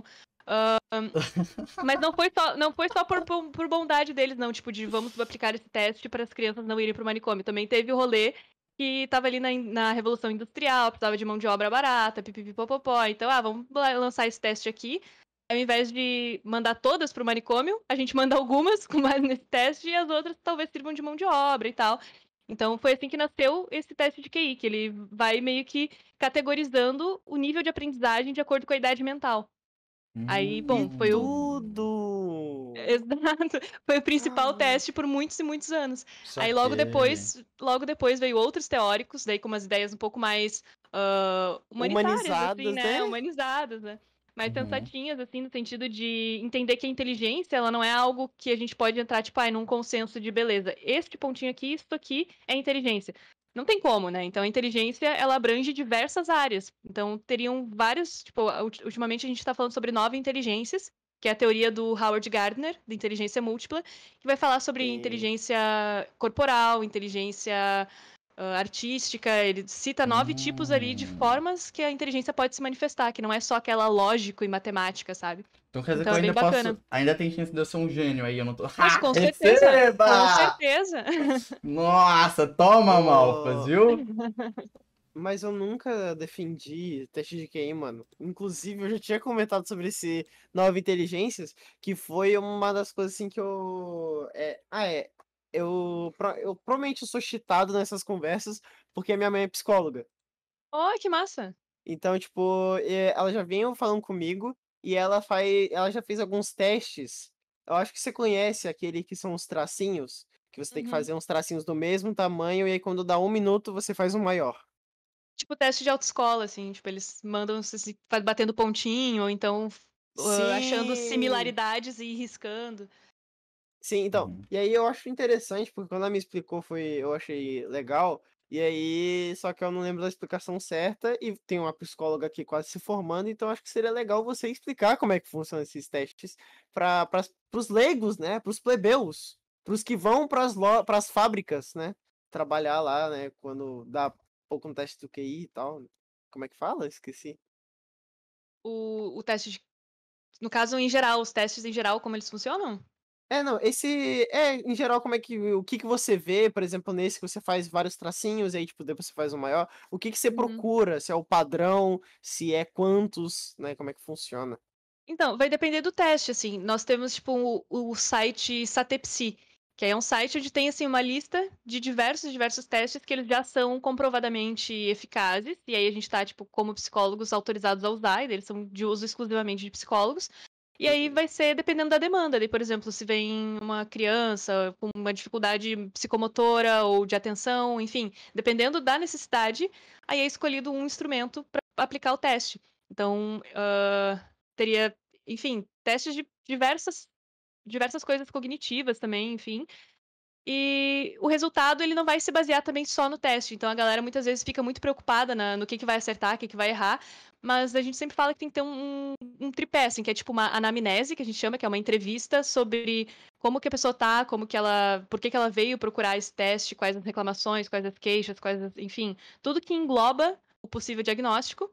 Mas não foi só, não foi só por, por, por bondade deles, não, tipo, de vamos aplicar esse teste para as crianças não irem pro manicômio. Também teve o rolê que tava ali na, na Revolução Industrial, precisava de mão de obra barata, pipipipopopó. Então, ah, vamos lançar esse teste aqui. Ao invés de mandar todas pro manicômio, a gente manda algumas com mais nesse teste e as outras talvez sirvam de mão de obra e tal. Então, foi assim que nasceu esse teste de Q I, que ele vai meio que categorizando o nível de aprendizagem de acordo com a idade mental. Aí, bom, foi o Tudo! Exato. Foi o principal Ah, teste por muitos e muitos anos. Aí logo Saquei. depois, logo depois veio outros teóricos, daí com umas ideias um pouco mais ah, humanitárias, assim, humanizadas, né? né? Humanizadas, né? Mais Uhum. pensadinhas, assim, no sentido de entender que a inteligência, ela não é algo que a gente pode entrar, tipo, ah, num consenso de beleza. Este pontinho aqui, isso aqui é inteligência. Não tem como, né? Então, a inteligência, ela abrange diversas áreas. Então, teriam vários, tipo, ultimamente a gente tá falando sobre nove inteligências, que é a teoria do Howard Gardner, de inteligência múltipla, que vai falar sobre Sim. inteligência corporal, inteligência uh, artística. Ele cita nove tipos ali de Hum. formas que a inteligência pode se manifestar, que não é só aquela lógico e matemática, sabe? Então quer dizer que Então eu é bem ainda bacana. posso. Ainda tem chance de eu ser um gênio aí, eu não tô. Nossa, Ha! com certeza! Com Receba! certeza! Nossa, toma, Malfas, Ô, viu? mas eu nunca defendi teste de Q I, mano. Inclusive, eu já tinha comentado sobre esse Nove Inteligências, que foi uma das coisas assim que eu. É... Ah, é. Eu, pro- eu provavelmente sou cheatado nessas conversas porque a minha mãe é psicóloga. Oh, que massa! Então, tipo, é, ela já vinha falando comigo e ela faz, ela já fez alguns testes. Eu acho que você conhece aquele que são os tracinhos, que você tem que Uhum. fazer uns tracinhos do mesmo tamanho e aí quando dá um minuto você faz um maior. Tipo teste de autoescola, assim, tipo, eles mandam se se- faz- batendo pontinho, ou então uh, achando Sim! similaridades e riscando. Sim, então. Uhum. E aí eu acho interessante, porque quando ela me explicou, foi, eu achei legal. E aí, só que eu não lembro da explicação certa, e tem uma psicóloga aqui quase se formando, então acho que seria legal você explicar como é que funcionam esses testes para os leigos, né? Para os plebeus, para os que vão para as fábricas, né? Trabalhar lá, né? Quando dá pouco no teste do Q I e tal. Como é que fala? Esqueci. O, o teste de. No caso, em geral, os testes em geral, como eles funcionam? É, não, esse é, em geral, como é que, o que que você vê, por exemplo, nesse que você faz vários tracinhos, e aí, tipo, depois você faz o maior, o que que você Uhum. procura, se é o padrão, se é quantos, né, como é que funciona? Então, vai depender do teste, assim. Nós temos, tipo, o, o site Satepsi, Que aí é um site onde tem, assim, uma lista de diversos, diversos testes que eles já são comprovadamente eficazes. E aí a gente tá, tipo, como psicólogos autorizados a usar, e eles são de uso exclusivamente de psicólogos. E aí vai ser dependendo da demanda. Daí, por exemplo, se vem uma criança com uma dificuldade psicomotora ou de atenção, enfim, dependendo da necessidade, aí é escolhido um instrumento para aplicar o teste. Então, uh, teria, enfim, testes de diversas diversas coisas cognitivas também, enfim. E o resultado, ele não vai se basear também só no teste. Então, a galera muitas vezes fica muito preocupada na, no que, que vai acertar, o que, que vai errar. Mas a gente sempre fala que tem que ter um, um tripé, assim, que é tipo uma anamnese, que a gente chama, que é uma entrevista sobre como que a pessoa tá, como que ela, por que que ela veio procurar esse teste, quais as reclamações, quais as queixas, quais as, enfim, tudo que engloba o possível diagnóstico.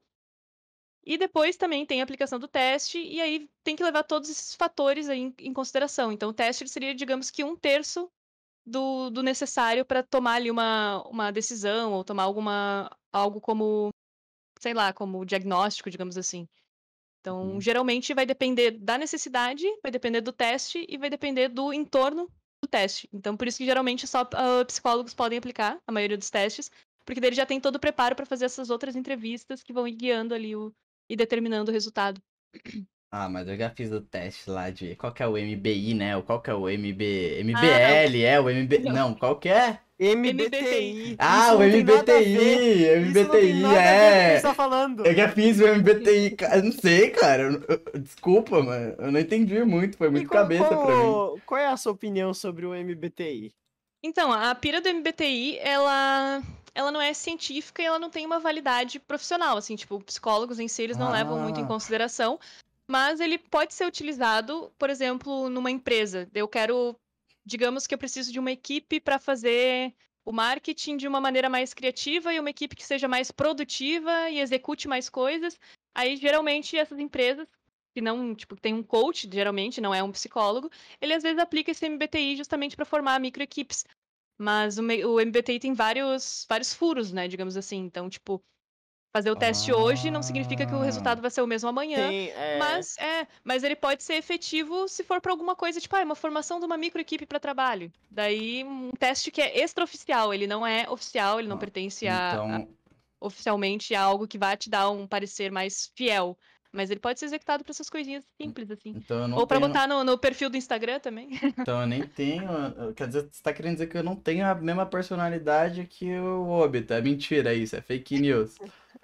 E depois também tem a aplicação do teste, e aí tem que levar todos esses fatores aí em, em consideração. Então, o teste seria, digamos que, um terço do, do necessário para tomar ali uma, uma decisão, ou tomar alguma, algo como, sei lá, como diagnóstico, digamos assim. Então, Uhum. geralmente vai depender da necessidade, vai depender do teste e vai depender do entorno do teste. Então, por isso que geralmente só uh, psicólogos podem aplicar a maioria dos testes, porque daí ele já tem todo o preparo para fazer essas outras entrevistas que vão ir guiando ali o, e determinando o resultado. Ah, mas eu já fiz o teste lá de qual que é o M B I, né? Ou qual que é o M B... Ah, MBL, é o M B... não. Não, qual que é? M B T I. Ah, Isso o não tem nada a ver. M B T I, Isso não tem M B T I, nada a ver com o que é. você tá falando. Eu já fiz o M B T I, cara. Eu não sei, cara. Eu- eu- Desculpa, mano. Eu não entendi muito. Foi E muito qual, cabeça pra mim. qual, qual é a sua opinião sobre o M B T I? Então, a pira do M B T I, ela, ela não é científica e ela não tem uma validade profissional, assim, tipo, psicólogos em si, eles não levam muito em Ah, consideração, mas ele pode ser utilizado, por exemplo, numa empresa. Eu quero, digamos que eu preciso de uma equipe para fazer o marketing de uma maneira mais criativa e uma equipe que seja mais produtiva e execute mais coisas. Aí, geralmente, essas empresas que não, tipo, tem um coach, geralmente, não é um psicólogo, ele às vezes aplica esse M B T I justamente para formar microequipes. Mas o, me- o M B T I tem vários, vários furos, né, digamos assim. Então, tipo, fazer o teste hoje não significa que o ah. resultado vai ser o mesmo amanhã, Tem, é... mas é, mas ele pode ser efetivo se for para alguma coisa, tipo, ah, uma formação de uma microequipe para trabalho. Daí, um teste que é extraoficial, ele não é oficial, ele não Ah, pertence a, a- então, oficialmente a algo que vai te dar um parecer mais fiel. Mas ele pode ser executado para essas coisinhas simples, assim. então eu não Ou para tenho. botar no, no perfil do Instagram também. Então eu nem tenho. eu- Quer dizer, você tá querendo dizer que eu não tenho a mesma personalidade que o Obita. É mentira isso, é fake news.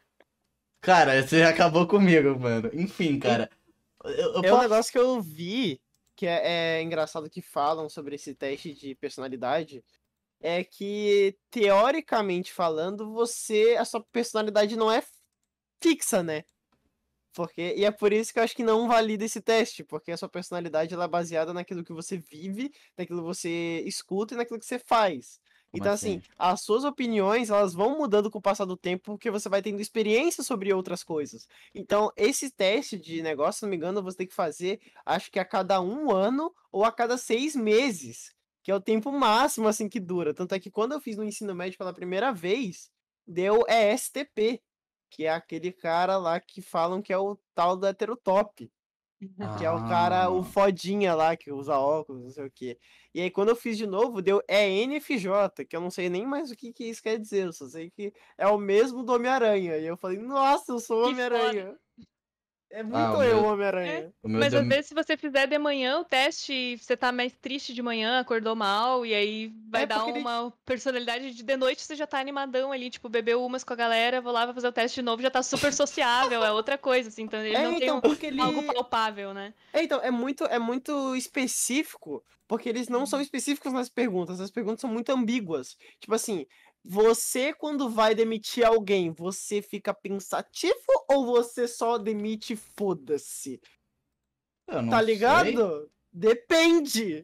Cara, você acabou comigo, mano. Enfim, cara. Eu, eu É um posso. negócio que eu vi, que é, é engraçado que falam sobre esse teste de personalidade, é que, teoricamente falando, você, a sua personalidade não é fixa, né? Porque, e é por isso que eu acho que não valida esse teste, porque a sua personalidade ela é baseada naquilo que você vive, naquilo que você escuta e naquilo que você faz. Como Então, assim, assim? as suas opiniões, elas vão mudando com o passar do tempo, porque você vai tendo experiência sobre outras coisas. Então, esse teste de negócio, se não me engano, você tem que fazer, acho que a cada um ano ou a cada seis meses, que é o tempo máximo, assim, que dura. Tanto é que quando eu fiz no ensino médio pela primeira vez, deu E S T P, que é aquele cara lá que falam que é o tal do heterotop, que é o cara, o Ah. fodinha lá, que usa óculos, não sei o quê. E aí, quando eu fiz de novo, deu E N F J, que eu não sei nem mais o que, que isso quer dizer, eu só sei que é o mesmo do Homem-Aranha. E eu falei, nossa, eu sou o Que foda. Homem-Aranha. É Ah, muito o eu, o meu. É, Homem-Aranha. O meu mas deu. às vezes se você fizer de manhã o teste e você tá mais triste de manhã, acordou mal, e aí vai É dar porque ele. uma personalidade de de noite você já tá animadão ali, tipo, bebeu umas com a galera, vou lá, vou fazer o teste de novo, já tá super sociável, é outra coisa, assim, então ele É, não tem então, um- porque algo ele. palpável, né? É, então, é muito, é muito específico, porque eles não são específicos nas perguntas, as perguntas são muito ambíguas. Tipo assim, você quando vai demitir alguém, você fica pensativo ou você só demite e foda-se? Eu não Tá sei. ligado? Depende.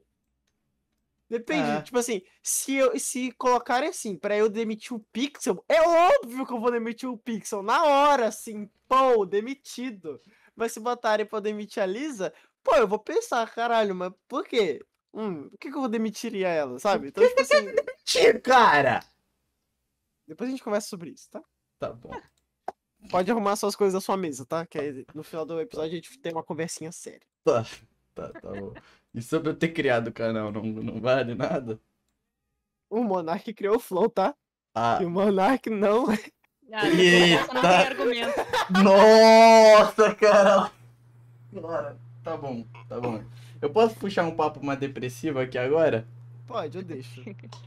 Depende, É. tipo assim, se, eu, se colocarem assim, pra eu demitir o Pixel, é óbvio que eu vou demitir o Pixel na hora, assim, pô, demitido. Mas se botarem pra eu demitir a Lisa, pô, eu vou pensar, caralho, mas por quê? Hum, por que que eu demitiria ela, Por sabe? Então, que tipo que você assim, mentiu, cara? depois a gente conversa sobre isso, tá? Tá bom. Pode arrumar suas coisas da sua mesa, tá? Que aí no final do episódio a gente tem uma conversinha séria. Tá. Tá, tá bom. E sobre eu ter criado o canal, não, não vale nada? O Monark criou o Flow, tá? Ah, E o Monark não. Ah, depois dessa não tem Eita. argumento. nossa, cara! Bora. Tá bom, tá bom. Eu posso puxar um papo mais depressivo aqui agora? Pode, eu deixo.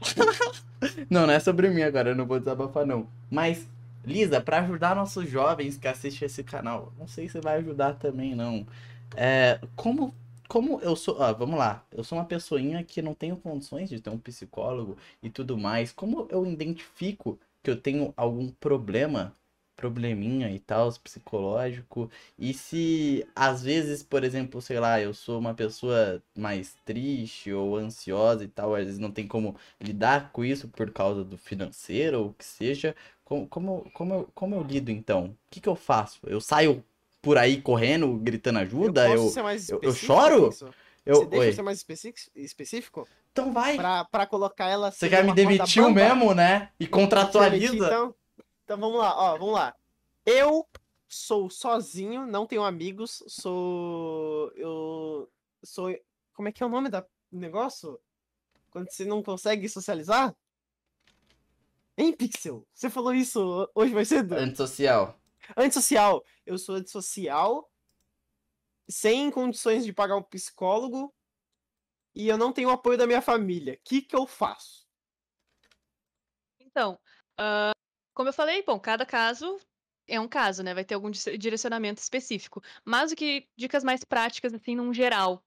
Não, não é sobre mim agora, eu não vou desabafar não. Mas, Lisa, pra ajudar nossos jovens que assistem esse canal, não sei se vai ajudar também não. É, como, como eu sou, ah, vamos lá, eu sou uma pessoinha que não tenho condições de ter um psicólogo e tudo mais. Como eu identifico que eu tenho algum problema, probleminha e tal, psicológico? E se às vezes, por exemplo, sei lá, eu sou uma pessoa mais triste ou ansiosa e tal, às vezes não tem como lidar com isso por causa do financeiro ou o que seja, como, como, como, eu, como eu lido então? O que que eu faço? Eu saio por aí correndo, gritando Eu ajuda? posso Eu, ser mais eu, eu específico, choro? Pixel? Você Eu, deixa eu ser oi. mais específico? específico? Então vai. Pra, pra colocar ela Você assim quer me numa corda demitir bamba? mesmo, né? E Demitir, contratualiza? então? Então vamos lá, ó, vamos lá. Eu sou sozinho, não tenho amigos, sou. Eu sou. Como é que é o nome da negócio? Quando você não consegue socializar? Hein, Pixel? Você falou isso hoje mais cedo? Antissocial. Antissocial. Eu sou antissocial, sem condições de pagar um psicólogo, e eu não tenho o apoio da minha família. O que que eu faço? Então, ah, como eu falei, bom, cada caso é um caso, né? Vai ter algum dis- direcionamento específico. Mas o que dicas mais práticas, assim, num geral.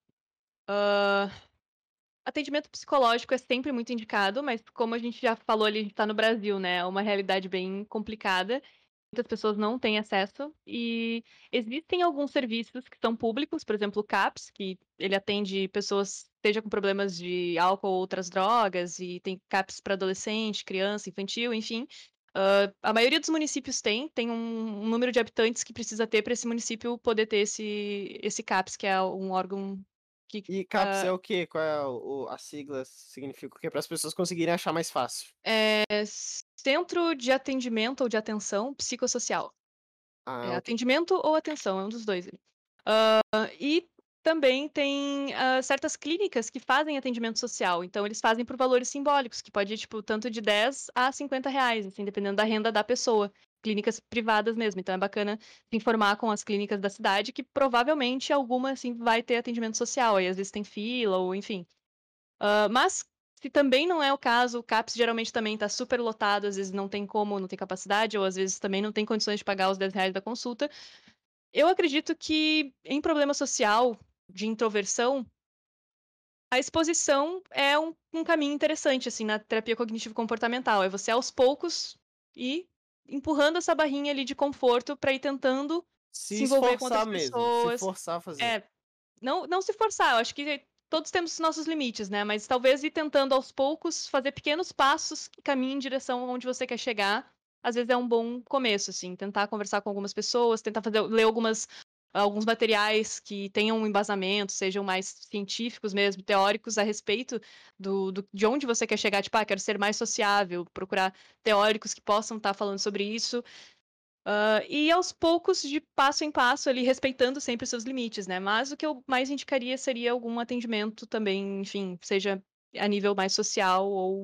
Ah, atendimento psicológico é sempre muito indicado, mas como a gente já falou ali, a gente tá no Brasil, né? É uma realidade bem complicada. Muitas pessoas não têm acesso. E existem alguns serviços que são públicos, por exemplo, o CAPS, que ele atende pessoas, seja com problemas de álcool ou outras drogas, e tem CAPS para adolescente, criança, infantil, enfim. Ah, a maioria dos municípios tem, tem um, um número de habitantes que precisa ter para esse município poder ter esse, esse CAPS, que é um órgão que E CAPS é o quê? Qual é o, a sigla? Significa o quê? Para as pessoas conseguirem achar mais fácil. é Centro de Atendimento ou de Atenção Psicossocial. É Ah, ok. atendimento ou atenção, é um dos dois. Ah, e também tem ah, certas clínicas que fazem atendimento social. Então, eles fazem por valores simbólicos, que pode ir, tipo, tanto de dez a cinquenta reais, assim, dependendo da renda da pessoa. Clínicas privadas mesmo. Então, é bacana se informar com as clínicas da cidade, que provavelmente alguma, assim, vai ter atendimento social. Aí, às vezes, tem fila, ou enfim. Ah, mas, se também não é o caso, o CAPS geralmente também está super lotado, às vezes não tem como, não tem capacidade, ou às vezes também não tem condições de pagar os dez reais da consulta. Eu acredito que em problema social de introversão, a exposição é um, um caminho interessante, assim, na terapia cognitivo-comportamental. É você, aos poucos, ir empurrando essa barrinha ali de conforto para ir tentando se Se envolver com outras esforçar mesmo. Se pessoas. forçar a fazer. É, não, não se forçar, eu acho que todos temos os nossos limites, né? Mas talvez ir tentando aos poucos fazer pequenos passos que caminhem em direção onde você quer chegar. Às vezes é um bom começo, assim, tentar conversar com algumas pessoas, tentar fazer, ler algumas, alguns materiais que tenham um embasamento, sejam mais científicos mesmo, teóricos a respeito do, do- de onde você quer chegar. Tipo, ah, quero ser mais sociável, procurar teóricos que possam estar falando sobre isso. Ah, e aos poucos, de passo em passo, ali, respeitando sempre os seus limites, né? Mas o que eu mais indicaria seria algum atendimento também, enfim, seja a nível mais social ou,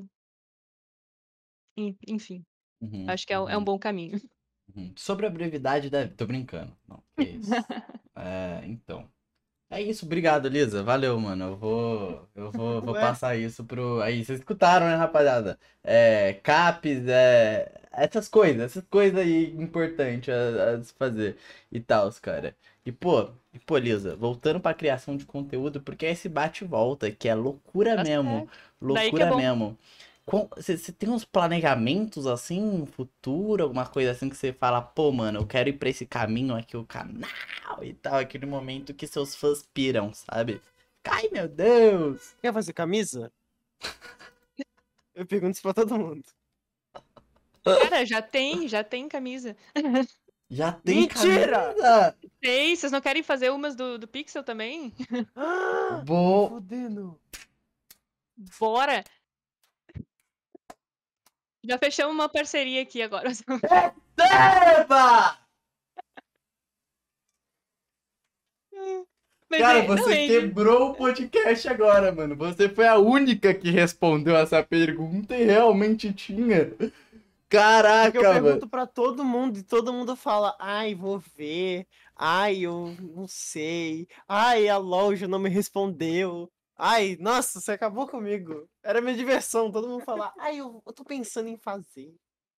en- enfim, Uhum, acho que é, é um uhum, bom caminho. uhum. Sobre a brevidade da... Tô brincando. Não, que isso. É, então. É isso, obrigado, Lisa. Valeu, mano. Eu vou, eu vou, vou Ué? passar isso pro. Aí, vocês escutaram, né, rapaziada? É, CAPES, é. Essas coisas, essas coisas aí importantes a, a se fazer e tal, cara. E pô, e pô, Lisa, voltando pra criação de conteúdo, porque é esse bate e volta, que é loucura Tá mesmo. certo. Daí que é Loucura bom. mesmo. Você tem uns planejamentos assim, no futuro, alguma coisa assim que você fala, pô, mano, eu quero ir pra esse caminho aqui, o canal e tal, aquele momento que seus fãs piram, sabe? Ai, meu Deus! Quer fazer camisa? Eu pergunto isso pra todo mundo. Cara, já tem, já tem camisa. Já tem Mentira! camisa! Sei, vocês não querem fazer umas do, do Pixel também? Ah, Vou. fudendo. Bora! Já fechamos uma parceria aqui agora. Eba! Mas Cara, é- você não, é- quebrou o podcast agora, mano. Você foi a única que respondeu essa pergunta e realmente tinha. Porque eu Caraca, mano. pergunto pra todo mundo e todo mundo fala, ai, vou ver, ai, eu não sei, ai, a loja não me respondeu, ai, nossa, você acabou comigo. Era minha diversão, todo mundo falar, ai, eu, eu tô pensando em fazer.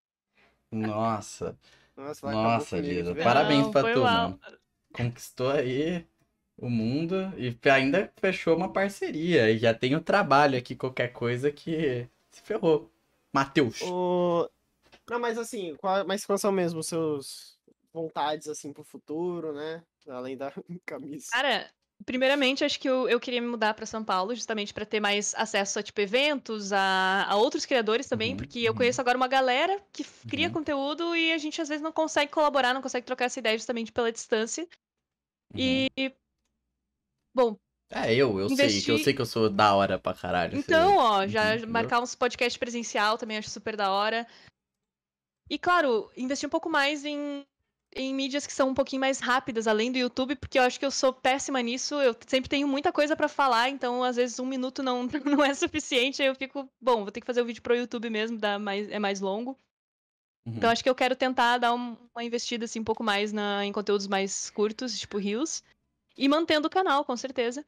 Nossa, Nossa, ela acabou nossa, comigo, de Lisa. verdade. Parabéns Não, pra foi tu, mal. mano. Conquistou aí o mundo e ainda fechou uma parceria. E já tem o trabalho aqui, qualquer coisa que se ferrou. Matheus. O... Não, mas assim, qual, mas quais são mesmo os seus vontades, assim, pro futuro, né? Além da camisa. Cara, primeiramente, acho que eu, eu queria me mudar pra São Paulo, justamente pra ter mais acesso a, tipo, eventos, a, a outros criadores também, Uhum, porque eu uhum. conheço agora uma galera que f- cria Uhum. conteúdo e a gente às vezes não consegue colaborar, não consegue trocar essa ideia justamente pela distância. Uhum. E, bom, É, eu, eu sei, que eu investir. sei que eu sou da hora pra caralho. Então, Você... ó, Uhum, já entendeu? marcar uns podcast presencial também acho super da hora. E, claro, investir um pouco mais em, em mídias que são um pouquinho mais rápidas, além do YouTube, porque eu acho que eu sou péssima nisso. Eu sempre tenho muita coisa pra falar, então às vezes um minuto não, não é suficiente. Aí eu fico, bom, vou ter que fazer o vídeo pro YouTube mesmo, dá mais, é mais longo. Então Uhum. acho que eu quero tentar dar um- uma investida assim, um pouco mais na, em conteúdos mais curtos, tipo Reels. E mantendo o canal, com certeza.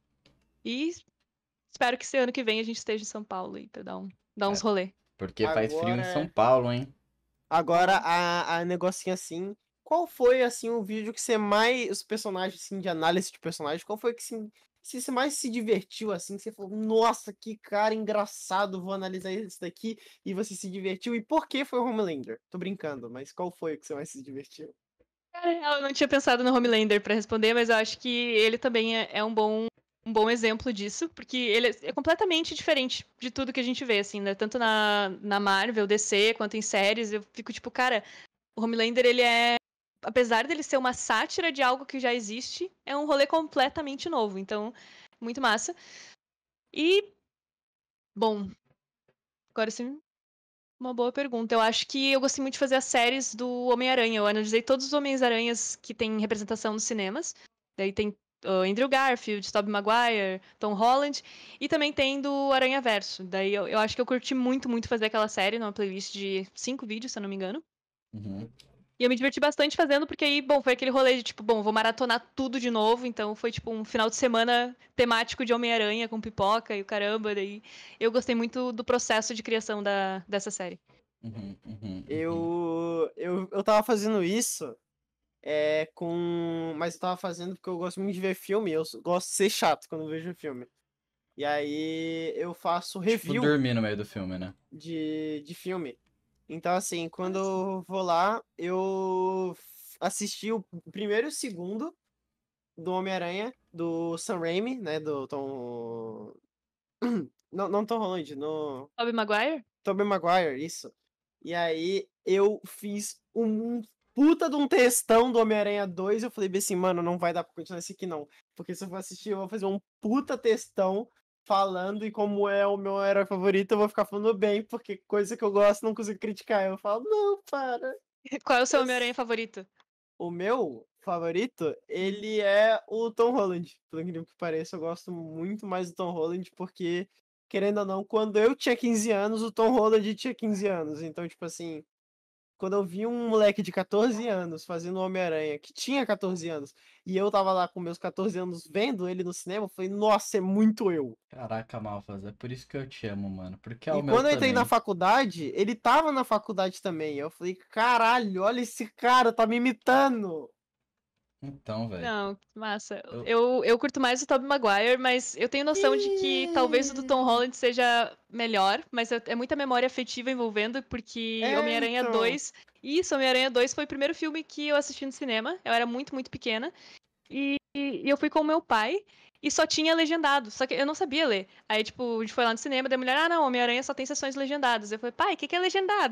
E espero que esse ano que vem a gente esteja em São Paulo aí pra dar, um, dar uns É, rolê. porque faz frio em Agora, São Paulo, hein? agora a, a negocinho assim, qual foi, assim, o vídeo que você mais, os personagens, assim, de análise de personagens, qual foi que, assim, que você mais se divertiu, assim, que você falou, nossa, que cara engraçado, vou analisar isso daqui, e você se divertiu, e por que foi o Homelander? Tô brincando, mas qual foi o que você mais se divertiu? Cara, eu não tinha pensado no Homelander pra responder, mas eu acho que ele também é, é um bom um bom exemplo disso, porque ele é é completamente diferente de tudo que a gente vê, assim, né? Tanto na, na Marvel, D C, quanto em séries. Eu fico tipo, cara, o Homelander, ele é. Apesar dele ser uma sátira de algo que já existe, é um rolê completamente novo. Então, muito massa. E, bom, agora sim, uma boa pergunta. Eu acho que eu gostei muito de fazer as séries do Homem-Aranha. Eu analisei todos os Homens-Aranhas que têm representação nos cinemas. Daí tem uh, Andrew Garfield, Tobey Maguire, Tom Holland. E também tem do Aranha Verso. Daí eu, eu acho que eu curti muito, muito fazer aquela série numa playlist de cinco vídeos, se eu não me engano. Uhum. E eu me diverti bastante fazendo, porque aí, bom, foi aquele rolê de tipo, bom, vou maratonar tudo de novo. Então foi tipo um final de semana temático de Homem-Aranha com pipoca e o caramba. Daí eu gostei muito do processo de criação da, dessa série. Uhum, uhum, uhum. Eu, eu, eu tava fazendo isso, é, com... Mas eu tava fazendo porque eu gosto muito de ver filme, eu gosto de ser chato quando eu vejo filme. E aí eu faço Tipo, review dormir no meio do filme, né? de, de filme. Então, assim, quando eu vou lá, eu f- assisti o primeiro e o segundo do Homem-Aranha, do Sam Raimi, né? Do Tom. Não, não Tom Holland, no. Tobey Maguire? Tobey Maguire, isso. E aí eu fiz um puta de um textão do Homem-Aranha dois. Eu falei bem assim, mano, não vai dar pra continuar esse aqui não. Porque se eu for assistir, eu vou fazer um puta textão falando e como é o meu herói favorito, eu vou ficar falando bem, porque coisa que eu gosto não consigo criticar. Eu falo, não, para. Qual é o seu Eu Homem-Aranha favorito? O meu favorito, ele é o Tom Holland. Pelo incrível que pareça, eu gosto muito mais do Tom Holland, porque, querendo ou não, quando eu tinha quinze anos, o Tom Holland tinha quinze anos. Então, tipo assim, quando eu vi um moleque de catorze anos fazendo Homem-Aranha, que tinha catorze anos, e eu tava lá com meus catorze anos vendo ele no cinema, eu falei, nossa, é muito eu. Caraca, Malfas, é por isso que eu te amo, mano. Porque é E o meu quando eu entrei na também. faculdade, ele tava na faculdade também. Eu falei, caralho, olha esse cara, tá me imitando. Então, velho. Não, que massa. Eu... Eu, eu curto mais o Tobey Maguire, mas eu tenho noção de que talvez o do Tom Holland seja melhor, mas é é muita memória afetiva envolvendo, porque É, Homem-Aranha então. dois. Isso, Homem-Aranha dois foi o primeiro filme que eu assisti no cinema. Eu era muito, muito pequena. E, e eu fui com o meu pai e só tinha legendado. Só que eu não sabia ler. Aí, tipo, a gente foi lá no cinema, daí a mulher, ah, não, Homem-Aranha só tem sessões legendadas. Eu falei, pai, o que, que é legendado?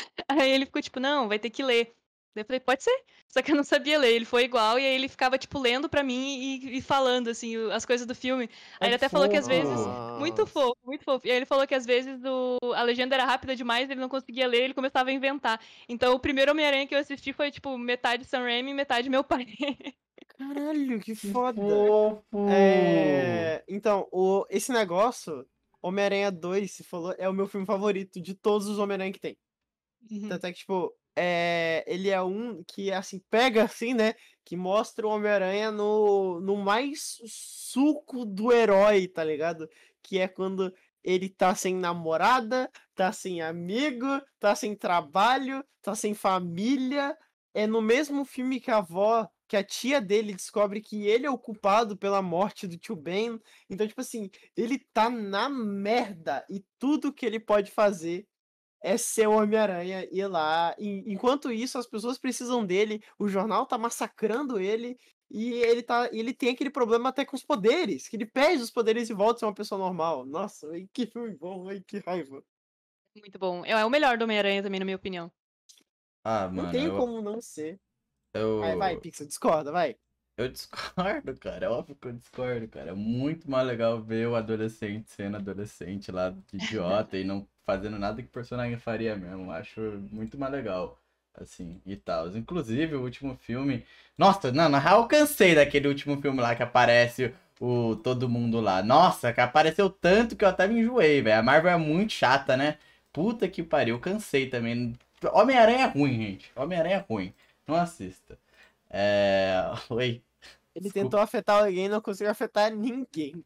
Aí ele ficou tipo, não, vai ter que ler. Daí eu falei, pode ser. Só que eu não sabia ler, ele foi igual, e aí ele ficava, tipo, lendo pra mim e, e falando, assim, o- as coisas do filme. Aí Ai, ele que até falou que às vezes. fofo. Muito Nossa. fofo, muito fofo. E aí ele falou que às vezes o, a legenda era rápida demais, ele não conseguia ler, ele começava a inventar. Então o primeiro Homem-Aranha que eu assisti foi, tipo, metade Sam Raimi e metade meu pai. Caralho, que Que foda. fofo! É, Então, o... esse negócio, Homem-Aranha dois, se falou, é o meu filme favorito de todos os Homem-Aranha que tem. Uhum. Tanto é que, tipo, é... ele é um que, assim, pega, assim, né? Que mostra o Homem-Aranha no... no mais suco do herói, tá ligado? Que é quando ele tá sem namorada, tá sem amigo, tá sem trabalho, tá sem família. É no mesmo filme que a avó, que a tia dele descobre que ele é o culpado pela morte do tio Ben. Então, tipo assim, ele tá na merda e tudo que ele pode fazer é ser o Homem-Aranha e ir lá. E, enquanto isso, as pessoas precisam dele, o jornal tá massacrando ele e ele tá, ele tem aquele problema até com os poderes, que ele perde os poderes e volta a ser uma pessoa normal. Nossa, véi, que filme bom, véi, que raiva. Muito bom. É é o melhor do Homem-Aranha também, na minha opinião. Ah, Não mano, tem eu, como não ser. Vai, vai, eu, Pixel, discorda, vai. eu discordo, cara. É óbvio que eu discordo, cara. É muito mais legal ver o adolescente sendo adolescente lá, de idiota, e não fazendo nada que o personagem faria mesmo. Acho muito mais legal, assim, e tal. Inclusive, o último filme. Nossa, não, na real, eu cansei daquele último filme lá que aparece o todo mundo lá. Nossa, que apareceu tanto que eu até me enjoei, velho. A Marvel é muito chata, né? Puta que pariu, eu cansei também. Homem-Aranha é ruim, gente. Homem-Aranha é ruim. Não assista. É. Oi. Ele Desculpa. tentou afetar alguém e não conseguiu afetar ninguém.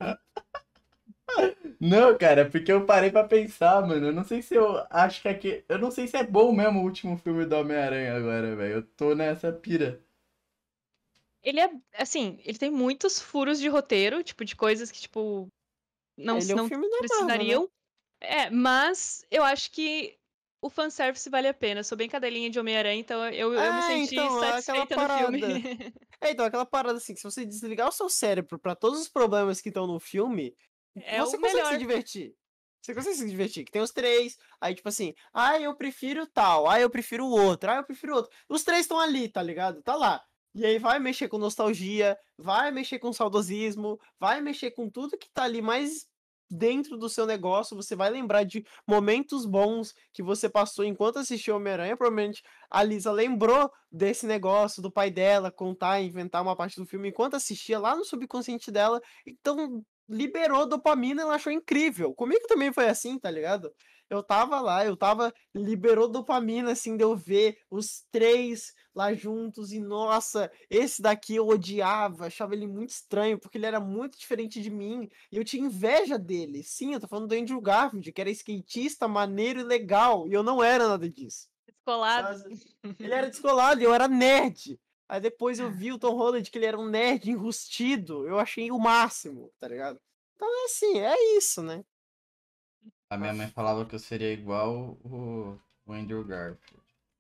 Não, cara, porque eu parei pra pensar, mano. Eu não sei se eu acho que aqui. Eu não sei se é bom mesmo o último filme do Homem-Aranha agora, velho. Eu tô nessa pira. Ele é, assim, ele tem muitos furos de roteiro, tipo, de coisas que, tipo, não, Ele é o não filme da Marvel, né? precisariam. É, mas eu acho que o fanservice vale a pena. Eu sou bem cadelinha de Homem-Aranha, então eu, eu me Ah, senti então, é aquela satisfeita no filme. parada. É, então, aquela parada assim, que se você desligar o seu cérebro pra todos os problemas que estão no filme, É o você consegue se melhor. divertir. Você consegue se divertir. Que tem os três, aí tipo assim, ah, eu prefiro tal, ah, eu prefiro o outro, ah, eu prefiro o outro. Os três estão ali, tá ligado? Tá lá. E aí vai mexer com nostalgia, vai mexer com saudosismo, vai mexer com tudo que tá ali mais dentro do seu negócio. Você vai lembrar de momentos bons que você passou enquanto assistiu Homem-Aranha. Provavelmente a Lisa lembrou desse negócio do pai dela contar, inventar uma parte do filme enquanto assistia lá no subconsciente dela. Então liberou dopamina, ela achou incrível. Comigo também foi assim, tá ligado? Eu tava lá, eu tava, liberou dopamina, assim, de eu ver os três lá juntos, e nossa, esse daqui eu odiava, achava ele muito estranho, porque ele era muito diferente de mim, e eu tinha inveja dele. Sim, eu tô falando do Andrew Garfield, que era skatista, maneiro e legal, e eu não era nada disso. Descolado. Sabe? Ele era descolado e eu era nerd. Aí depois eu vi o Tom Holland, que ele era um nerd enrustido. Eu achei o máximo, tá ligado? Então é assim, é isso, né? A minha mãe falava que eu seria igual o, o Andrew Garfield.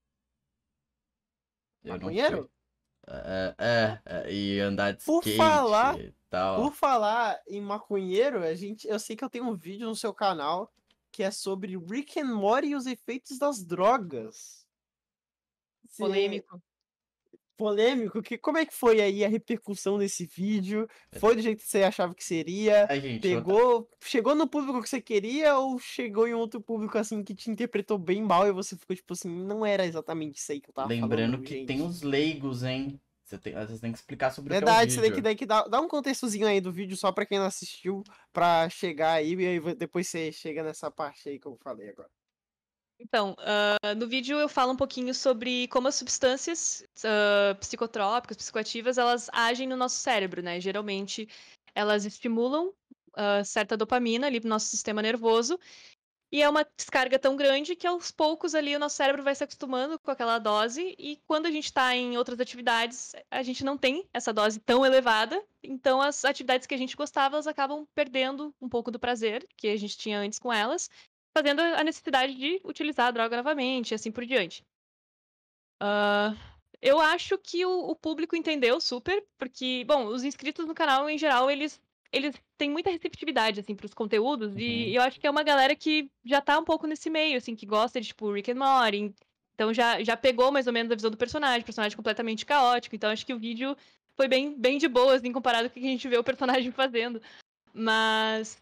Eu não fui. Maconheiro? É, é, é, e andar de Por skate falar, e tal. por falar em maconheiro, a gente, eu sei que eu tenho um vídeo no seu canal que é sobre Rick and Morty e os efeitos das drogas. Você Polêmico. polêmico, que como é que foi aí a repercussão desse vídeo? Foi do jeito que você achava que seria? Ai, gente, eu ta- Pegou, chegou no público que você queria ou chegou em outro público assim que te interpretou bem mal e você ficou tipo assim, não era exatamente isso aí que eu tava falando, lembrando não, que gente. tem os leigos, hein? Você tem, você tem que explicar sobre o que é o Verdade, você tem que, vídeo. tem que dar, dá um contextozinho aí do vídeo só pra quem não assistiu, pra chegar aí e aí depois você chega nessa parte aí que eu falei agora. Então, ah, no vídeo eu falo um pouquinho sobre como as substâncias ah, psicotrópicas, psicoativas, elas agem no nosso cérebro, né? Geralmente, elas estimulam ah, certa dopamina ali no nosso sistema nervoso, e é uma descarga tão grande que aos poucos ali o nosso cérebro vai se acostumando com aquela dose, e quando a gente está em outras atividades, a gente não tem essa dose tão elevada, então as atividades que a gente gostava, elas acabam perdendo um pouco do prazer que a gente tinha antes com elas, fazendo a necessidade de utilizar a droga novamente, e assim por diante. Ah, eu acho que o, o público entendeu super, porque, bom, os inscritos no canal, em geral, eles, eles têm muita receptividade, assim, pros conteúdos, Uhum. e eu acho que é uma galera que já tá um pouco nesse meio, assim, que gosta de, tipo, Rick and Morty, então já, já pegou mais ou menos a visão do personagem, personagem completamente caótico, então acho que o vídeo foi bem, bem de boa, assim, comparado com o que a gente vê o personagem fazendo. Mas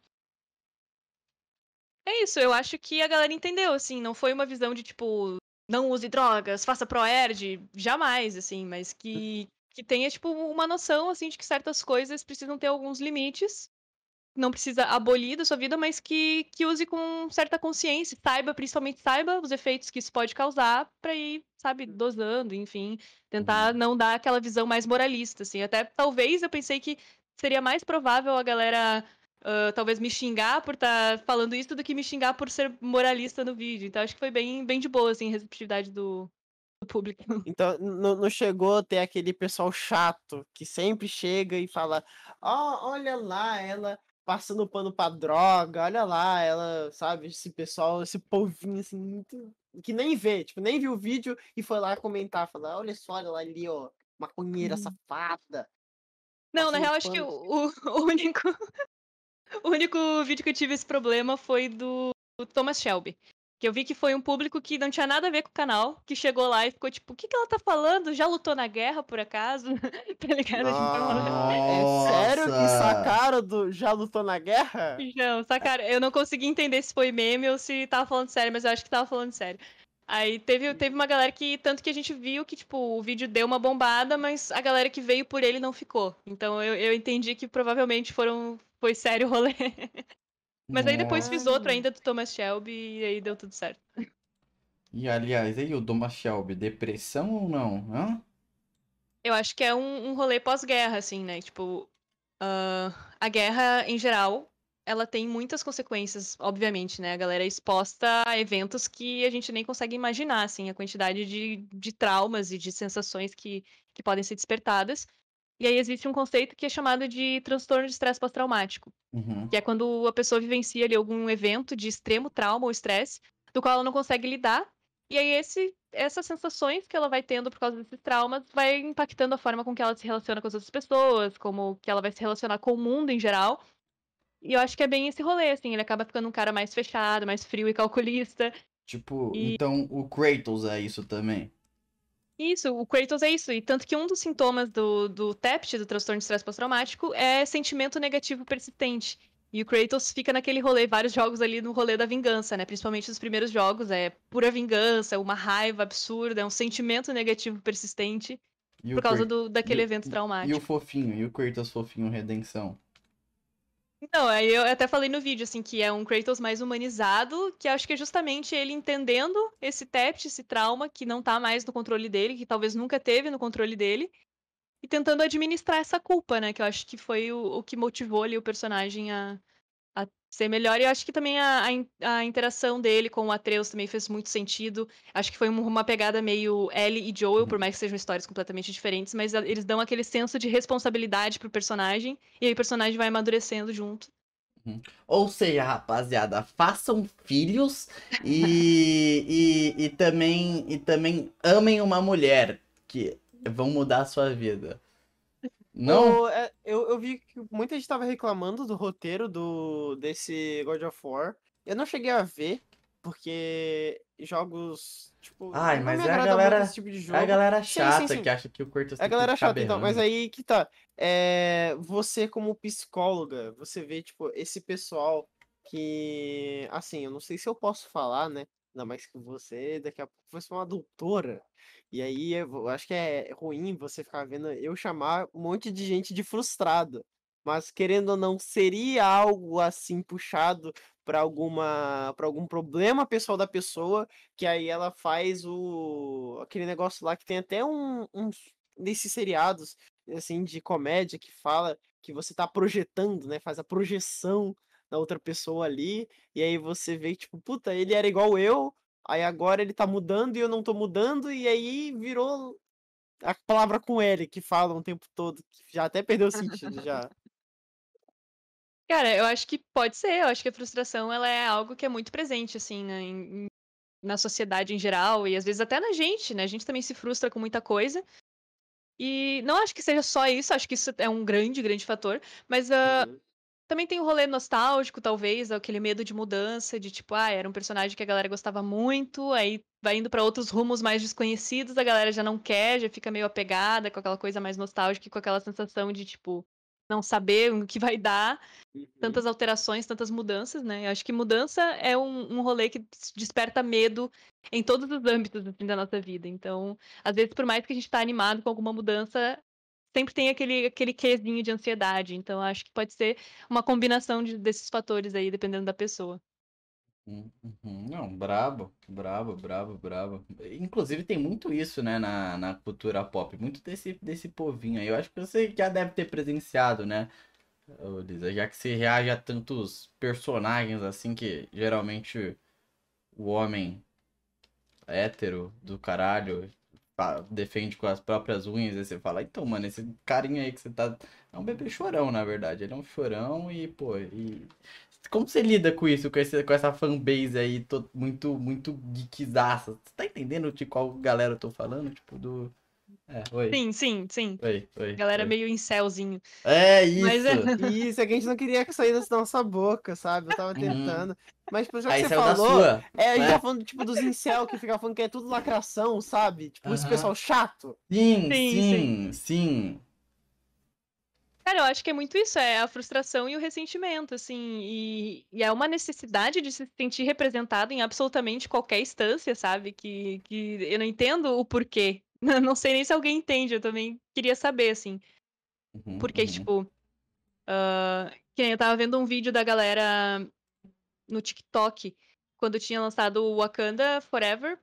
é isso, eu acho que a galera entendeu, assim, não foi uma visão de, tipo, não use drogas, faça pro-erd, jamais, assim, mas que que tenha, tipo, uma noção, assim, de que certas coisas precisam ter alguns limites. Não precisa abolir da sua vida, mas que, que use com certa consciência, saiba, principalmente saiba os efeitos que isso pode causar pra ir, sabe, dosando, enfim, tentar Uhum. não dar aquela visão mais moralista, assim. Até talvez eu pensei que seria mais provável a galera ah, talvez me xingar por estar falando isso do que me xingar por ser moralista no vídeo. Então acho que foi bem, bem de boa, assim, a receptividade do, do público. Então, não, não chegou a ter aquele pessoal chato que sempre chega e fala: Ó, olha lá, ela passando pano pra droga, olha lá, ela, sabe, esse pessoal, esse povinho assim, muito. Que nem vê, tipo, nem viu o vídeo e foi lá comentar, falar: olha só, ela ali, ó, maconheira safada, Não, na passando real, acho que o, pano. o, o único, o único vídeo que eu tive esse problema foi do, do Thomas Shelby. Que eu vi que foi um público que não tinha nada a ver com o canal, que chegou lá e ficou tipo, o que, que ela tá falando? Já lutou na guerra, por acaso? Tá ligado? Ah, é sério que Nossa! sacaram do Já Lutou na Guerra? Não, sacaram. Eu não consegui entender se foi meme ou se tava falando sério, mas eu acho que tava falando sério. Aí teve, teve uma galera que, tanto que a gente viu que, tipo, o vídeo deu uma bombada, mas a galera que veio por ele não ficou. Então eu, eu entendi que provavelmente foram, foi sério o rolê. Mas aí depois fiz outro Nossa! Ah, ainda do Thomas Shelby e aí deu tudo certo. E aliás, aí o Thomas Shelby, depressão ou não? Hã? Eu acho que é um, um rolê pós-guerra, assim, né? Tipo, ah, a guerra em geral, ela tem muitas consequências, obviamente, né? A galera é exposta a eventos que a gente nem consegue imaginar, assim, a quantidade de, de traumas e de sensações que, que podem ser despertadas. E aí existe um conceito que é chamado de transtorno de estresse pós-traumático, Uhum. que é quando a pessoa vivencia ali algum evento de extremo trauma ou estresse, do qual ela não consegue lidar. E aí esse, essas sensações que ela vai tendo por causa desses traumas vai impactando a forma com que ela se relaciona com as outras pessoas, como que ela vai se relacionar com o mundo em geral. E eu acho que é bem esse rolê, assim, ele acaba ficando um cara mais fechado, mais frio e calculista. Tipo, E então o Kratos é isso também. isso, o Kratos é isso. E tanto que um dos sintomas do, do T E P T, do transtorno de estresse pós-traumático, é sentimento negativo persistente. E o Kratos fica naquele rolê, vários jogos ali no rolê da vingança, né? Principalmente os primeiros jogos, é pura vingança, uma raiva absurda, é um sentimento negativo persistente E o, por causa Kra- do, e daquele o, evento e o traumático. fofinho, e o Kratos fofinho redenção. Então, aí eu até falei no vídeo, assim, que é um Kratos mais humanizado, que acho que é justamente ele entendendo esse T E P T, esse trauma, que não tá mais no controle dele, que talvez nunca teve no controle dele, e tentando administrar essa culpa, né? Que eu acho que foi o, o que motivou ali o personagem a, a ser melhor. E eu acho que também a, a, in- a interação dele com o Atreus também fez muito sentido. Acho que foi um- uma pegada meio Ellie e Joel, por Uhum. mais que sejam histórias completamente diferentes, mas a- eles dão aquele senso de responsabilidade pro personagem, e aí o personagem vai amadurecendo junto. Uhum. Ou seja, rapaziada, façam filhos e, e, e também e também amem uma mulher que vão mudar a sua vida. Não? O, é, eu, eu vi que muita gente tava reclamando do roteiro do, desse God of War. Eu não cheguei a ver, porque jogos, tipo, Ai, não me mas é a agrada muito esse galera, tipo de é a jogo. galera Sim, sim, chata sim. que acha que o Kratos É a tem que galera ficar chata, então. Mas berrando. aí que tá. É, você, como psicóloga, você vê, tipo, esse pessoal que. Assim, eu não sei se eu posso falar, né? Ainda mais que você, daqui a pouco, vai ser uma doutora. E aí eu acho que é ruim você ficar vendo eu chamar um monte de gente de frustrado. Mas querendo ou não, seria algo assim puxado para alguma para algum problema pessoal da pessoa, que aí ela faz o aquele negócio lá que tem até um, uns desses seriados assim de comédia que fala que você tá projetando, né? Faz a projeção da outra pessoa ali, e aí você vê que, tipo, puta, ele era igual eu, aí agora ele tá mudando e eu não tô mudando, e aí virou a palavra com L que fala o tempo todo, que já até perdeu o sentido já. Cara, eu acho que pode ser, eu acho que a frustração ela é algo que é muito presente, assim, né, em- em- na sociedade em geral, e às vezes até na gente, né? A gente também se frustra com muita coisa. E não acho que seja só isso, acho que isso é um grande, grande fator, mas ah, Uhum. também tem o rolê nostálgico, talvez, aquele medo de mudança, de tipo, ah, era um personagem que a galera gostava muito, aí vai indo pra outros rumos mais desconhecidos, a galera já não quer, já fica meio apegada com aquela coisa mais nostálgica, e com aquela sensação de, tipo, não saber o que vai dar, Uhum. tantas alterações, tantas mudanças, né? Eu acho que mudança é um, um rolê que desperta medo em todos os âmbitos assim, da nossa vida. Então, às vezes, por mais que a gente tá animado com alguma mudança, sempre tem aquele, aquele quezinho de ansiedade. Então, acho que pode ser uma combinação de- desses fatores aí, dependendo da pessoa. Uhum, uhum. Não, brabo, brabo, brabo, brabo. Inclusive tem muito isso, né, na, na cultura pop, muito desse, desse povinho aí. Eu acho que você já deve ter presenciado, né, ô, Lisa, já que você reage a tantos personagens assim que geralmente o homem hétero do caralho fa- defende com as próprias unhas, e você fala, então, mano, esse carinha aí que você tá. É um bebê chorão, na verdade. Ele é um chorão e, pô, e. Como você lida com isso, com, esse, com essa fanbase aí, to- muito, muito geekzaça? Você tá entendendo de qual galera eu tô falando? Tipo, do. É, oi, Sim, sim, sim. oi, oi, Galera oi. meio incelzinho. É Mas é. isso! Isso é que a gente não queria que saísse da nossa boca, sabe? Eu tava Uhum. tentando. Mas, tipo, já que Aí você saiu da falou, sua, é, a gente tá né? falando, tipo, dos incel que fica falando que é tudo lacração, sabe? Tipo, esse Aham. pessoal chato. Sim, Sim, sim. sim, sim. Cara, eu acho que é muito isso, é a frustração e o ressentimento, assim, e, e é uma necessidade de se sentir representado em absolutamente qualquer instância, sabe? Que, que eu não entendo o porquê. Não sei nem se alguém entende, eu também queria saber, assim. Uhum, Porque, uhum. tipo, ah, que nem eu tava vendo um vídeo da galera no TikTok, quando tinha lançado o Wakanda Forever,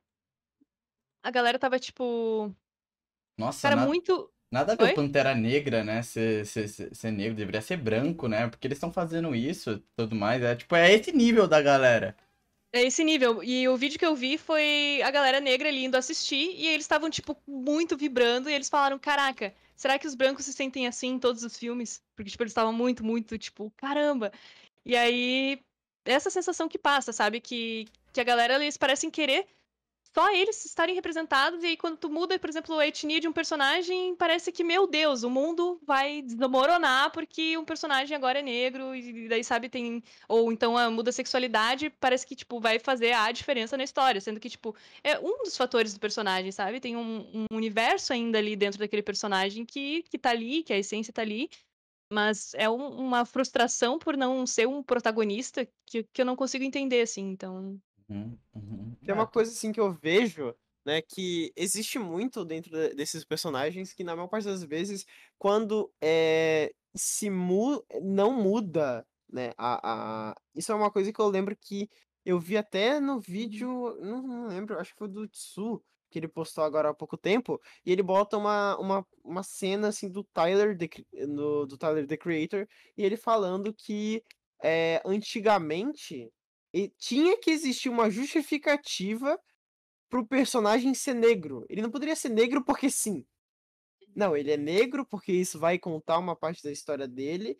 a galera tava, tipo, Nossa, cara, nada. muito. Nada a ver o Oi? Pantera Negra, né? Ser, ser, ser, ser negro, deveria ser branco, né? Porque eles estão fazendo isso e tudo mais. É tipo, é esse nível da galera. É esse nível. E o vídeo que eu vi foi a galera negra ali indo assistir e eles estavam, tipo, muito vibrando e eles falaram: Caraca, será que os brancos se sentem assim em todos os filmes? Porque, tipo, eles estavam muito, muito, tipo, caramba. E aí, essa sensação que passa, sabe? Que, que a galera, eles parecem querer só eles estarem representados, e aí quando tu muda, por exemplo, a etnia de um personagem, parece que, meu Deus, o mundo vai desmoronar porque um personagem agora é negro, e daí, sabe, tem. Ou então a muda a sexualidade, parece que, tipo, vai fazer a diferença na história, sendo que, tipo, é um dos fatores do personagem, sabe? Tem um, um universo ainda ali dentro daquele personagem que, que tá ali, que a essência tá ali. Mas é um- uma frustração por não ser um protagonista que, que eu não consigo entender, assim, então. Uhum, uhum. Tem Ah, uma tô- coisa assim que eu vejo, né, que existe muito dentro de- desses personagens que na maior parte das vezes, quando é, se mu não muda, né, a, a... Isso é uma coisa que eu lembro que eu vi até no vídeo, não, não lembro, acho que foi do Tsu, que ele postou agora há pouco tempo, e ele bota uma, uma, uma cena assim do Tyler, the, Cre- no, do Tyler, the Creator, e ele falando que é, antigamente e tinha que existir uma justificativa pro personagem ser negro. Ele não poderia ser negro porque sim. Não, ele é negro porque isso vai contar uma parte da história dele.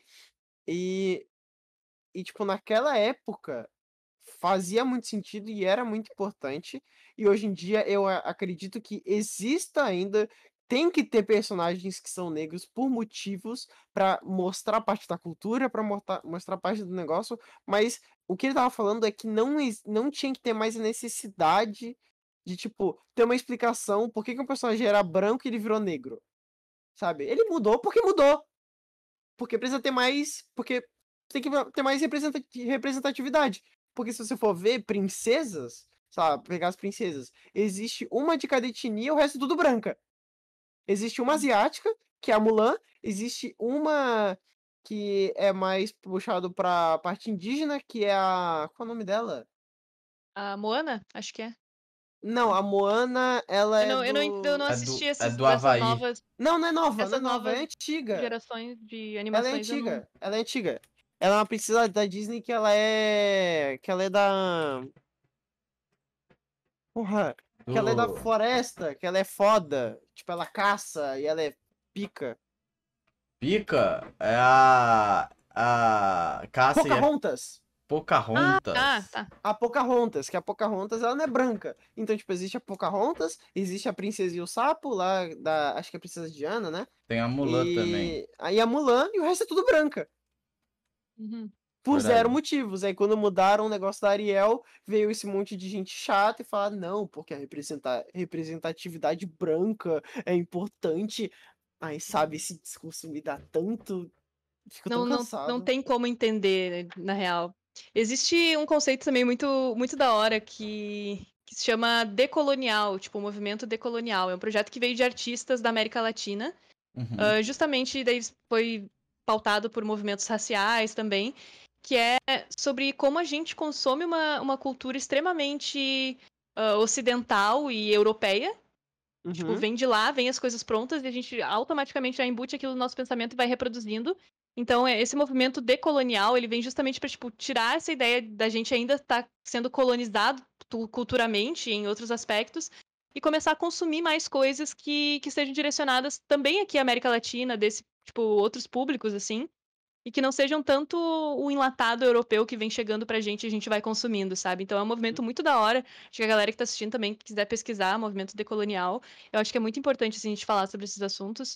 E, e tipo, naquela época fazia muito sentido e era muito importante. E hoje em dia eu a- acredito que exista ainda. Tem que ter personagens que são negros por motivos para mostrar parte da cultura, para mostrar, mostrar parte do negócio, mas o que ele tava falando é que não, ex- não tinha que ter mais a necessidade de, tipo, ter uma explicação por que, que um personagem era branco e ele virou negro, sabe? Ele mudou porque mudou. Porque precisa ter mais. Porque tem que ter mais representati- representatividade. Porque se você for ver princesas, sabe, pegar as princesas, existe uma de cada etnia e o resto é tudo branca. Existe uma asiática, que é a Mulan, existe uma que é mais puxado pra parte indígena, que é a. Qual é o nome dela? A Moana? Acho que é. Não, a Moana, ela Eu é não, eu não, eu não do. É assisti do, é esses, do essas Havaí. novas, Não, não é nova, não é essas nova, é novas antiga. gerações de Ela é animações, eu não. antiga, ela é antiga. Ela é uma princesa da Disney que ela é. Que ela é da. Porra! Que ela é da Do floresta, que ela é foda. Tipo, ela caça e ela é pica. Pica é a. A Cássia e a Pocahontas! Ah, tá, Pocahontas. tá. A Pocahontas, que a Pocahontas ela não é branca. Então, tipo, existe a Pocahontas, existe a Princesa e o Sapo, lá da. Acho que é a Princesa Diana, né? Tem a Mulan também. E aí a Mulan e o resto é tudo branca. Uhum. Por zero Verdade. motivos. Aí quando mudaram o negócio da Ariel, veio esse monte de gente chata e falar, não, porque a representa- representatividade branca é importante. Aí, sabe, esse discurso me dá tanto. Fico tão Não, não, não cansado. tem como entender, né, na real. Existe um conceito também muito, muito da hora que, que se chama decolonial, tipo, o movimento decolonial. É um projeto que veio de artistas da América Latina Uhum. Uh, justamente daí foi pautado por movimentos raciais também, que é sobre como a gente consome uma, uma cultura extremamente uh, ocidental e europeia. Uhum. Tipo, vem de lá, vem as coisas prontas e a gente automaticamente já embute aquilo no nosso pensamento e vai reproduzindo. Então, é, esse movimento decolonial, ele vem justamente para tipo, tirar essa ideia da gente ainda estar tá sendo colonizado tu- culturalmente em outros aspectos e começar a consumir mais coisas que, que sejam direcionadas também aqui à América Latina, desse, tipo, outros públicos, assim, e que não sejam tanto o enlatado europeu que vem chegando pra gente e a gente vai consumindo, sabe? Então é um movimento muito da hora. Acho que a galera que tá assistindo também, que quiser pesquisar movimento decolonial, eu acho que é muito importante assim, a gente falar sobre esses assuntos.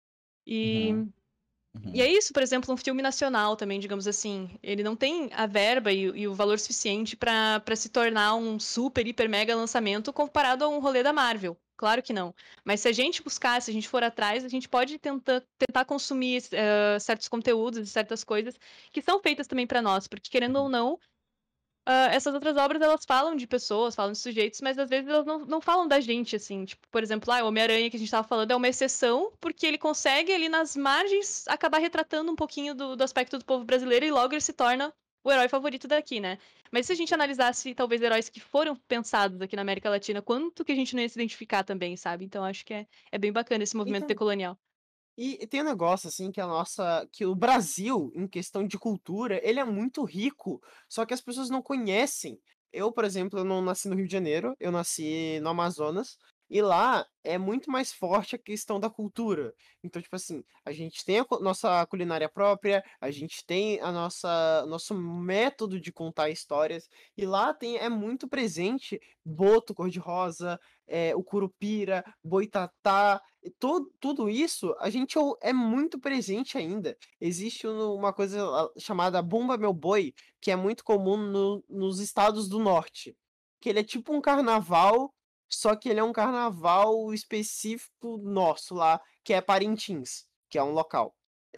E, Uhum. e é Uhum. isso, por exemplo, um filme nacional também, digamos assim. Ele não tem a verba e, e o valor suficiente pra pra se tornar um super, hiper, mega lançamento comparado a um rolê da Marvel. Claro que não. Mas se a gente buscar, se a gente for atrás, a gente pode tentar, tentar consumir eh, certos conteúdos e certas coisas que são feitas também pra nós, porque querendo ou não, ah, essas outras obras elas falam de pessoas, falam de sujeitos, mas às vezes elas não, não falam da gente, assim. Tipo, por exemplo, ah, o Homem-Aranha que a gente tava falando é uma exceção, porque ele consegue ali nas margens acabar retratando um pouquinho do, do aspecto do povo brasileiro e logo ele se torna o herói favorito daqui, né? Mas se a gente analisasse talvez heróis que foram pensados aqui na América Latina, quanto que a gente não ia se identificar também, sabe? Então acho que é, é bem bacana esse movimento Então, decolonial. e tem um negócio assim que a nossa, que o Brasil, em questão de cultura, ele é muito rico, só que as pessoas não conhecem. Eu, por exemplo, eu não nasci no Rio de Janeiro, eu nasci no Amazonas, e lá é muito mais forte a questão da cultura. Então, tipo assim, a gente tem a cu- nossa culinária própria, a gente tem a nossa nosso método de contar histórias, e lá tem é muito presente boto cor-de-rosa, é, o curupira, boitatá, e to- tudo isso a gente ou- é muito presente ainda. Existe um- uma coisa ah, chamada Bumba Meu Boi, que é muito comum no- nos estados do norte. Que ele é tipo um carnaval, só que ele é um carnaval específico nosso lá, que é Parintins, que é um local.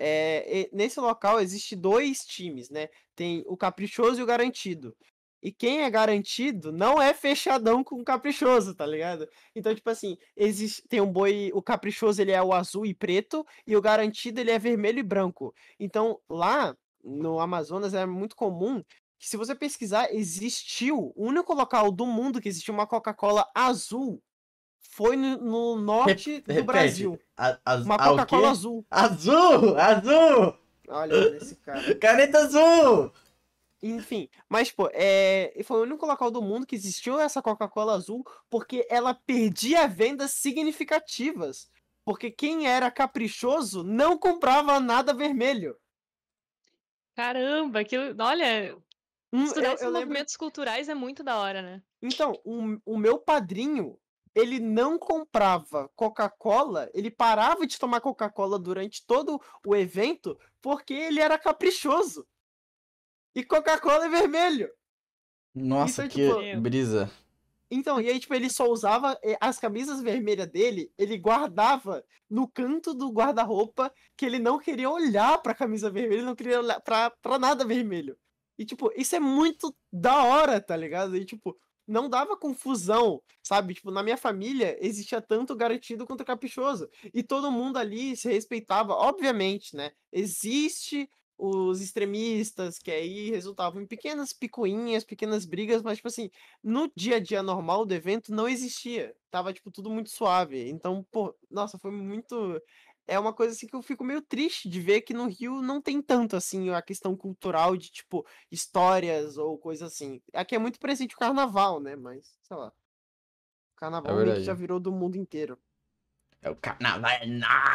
É, e- nesse local existe dois times, né? Tem o Caprichoso e o Garantido. E quem é garantido não é fechadão com o caprichoso, tá ligado? Então, tipo assim, existe, tem um boi, o caprichoso ele é o azul e preto, e o garantido ele é vermelho e branco. Então, lá no Amazonas é muito comum que se você pesquisar, existiu, o único local do mundo que existiu uma Coca-Cola azul foi no, no Rep- norte do repete. Brasil. A, az- Uma a o Coca-Cola quê? azul. Azul! Azul! Olha nesse cara. Caneta azul! Enfim, mas, pô, é... foi o único local do mundo que existiu essa Coca-Cola azul porque ela perdia vendas significativas. Porque quem era caprichoso não comprava nada vermelho. Caramba, aquilo, olha, Um, estudar eu, esses eu lembro. movimentos culturais é muito da hora, né? Então, o, o meu padrinho, ele não comprava Coca-Cola, ele parava de tomar Coca-Cola durante todo o evento porque ele era caprichoso. E Coca-Cola é vermelho. Nossa, Então, tipo, que Meu. brisa. então, e aí, tipo, ele só usava eh, as camisas vermelhas dele, ele guardava no canto do guarda-roupa, que ele não queria olhar pra camisa vermelha, ele não queria olhar pra, pra nada vermelho. E, tipo, isso é muito da hora, tá ligado? E, tipo, não dava confusão, sabe? Tipo, na minha família existia tanto garantido quanto caprichoso. E todo mundo ali se respeitava, obviamente, né? Existe os extremistas que aí resultavam em pequenas picuinhas, pequenas brigas, mas, tipo assim, no dia a dia normal do evento não existia. Tava, tipo, tudo muito suave. Então, pô, nossa, foi muito. É uma coisa assim que eu fico meio triste de ver que no Rio não tem tanto assim a questão cultural de, tipo, histórias ou coisa assim. Aqui é muito presente o carnaval, né? Mas, sei lá. O É carnaval meio que já verdade. virou do mundo inteiro. É o carnaval é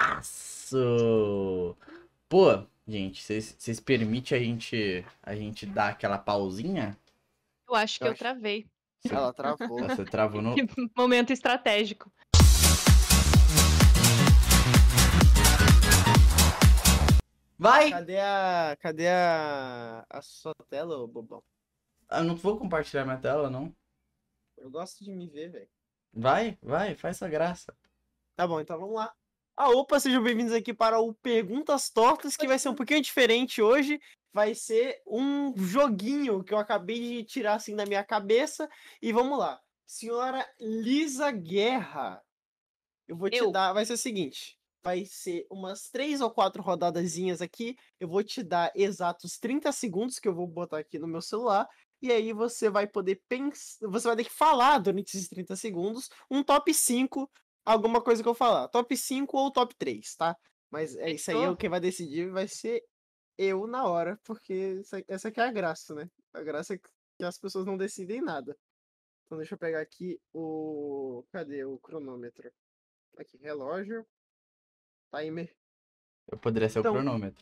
nosso! Pô, gente, vocês permitem a gente, a gente dar aquela pausinha? Eu acho que Eu eu acho. travei. Você, Ela travou. você travou no. Momento estratégico. Vai! Cadê a. Cadê a. A sua tela, ô bobão? Eu não vou compartilhar minha tela, não. Eu gosto de me ver, velho. Vai, vai, faz essa graça. Tá bom, então vamos lá. Ah, opa, sejam bem-vindos aqui para o Perguntas Tortas, que vai ser um pouquinho diferente hoje. Vai ser um joguinho que eu acabei de tirar assim da minha cabeça. E vamos lá. Senhora Lisa Guerra, eu vou te Eu. dar. Vai ser o seguinte, vai ser umas três ou quatro rodadazinhas aqui. Eu vou te dar exatos trinta segundos que eu vou botar aqui no meu celular. E aí você vai poder pensar. Você vai ter que falar durante esses trinta segundos um top cinco, alguma coisa que eu falar. Top cinco ou top três, tá? Mas é isso aí, Fechou. o que vai decidir vai ser eu na hora, porque essa, essa aqui é a graça, né? A graça é que as pessoas não decidem nada. Então deixa eu pegar aqui o. Cadê o cronômetro? Aqui, relógio. Timer. Eu poderia ser o Então, cronômetro.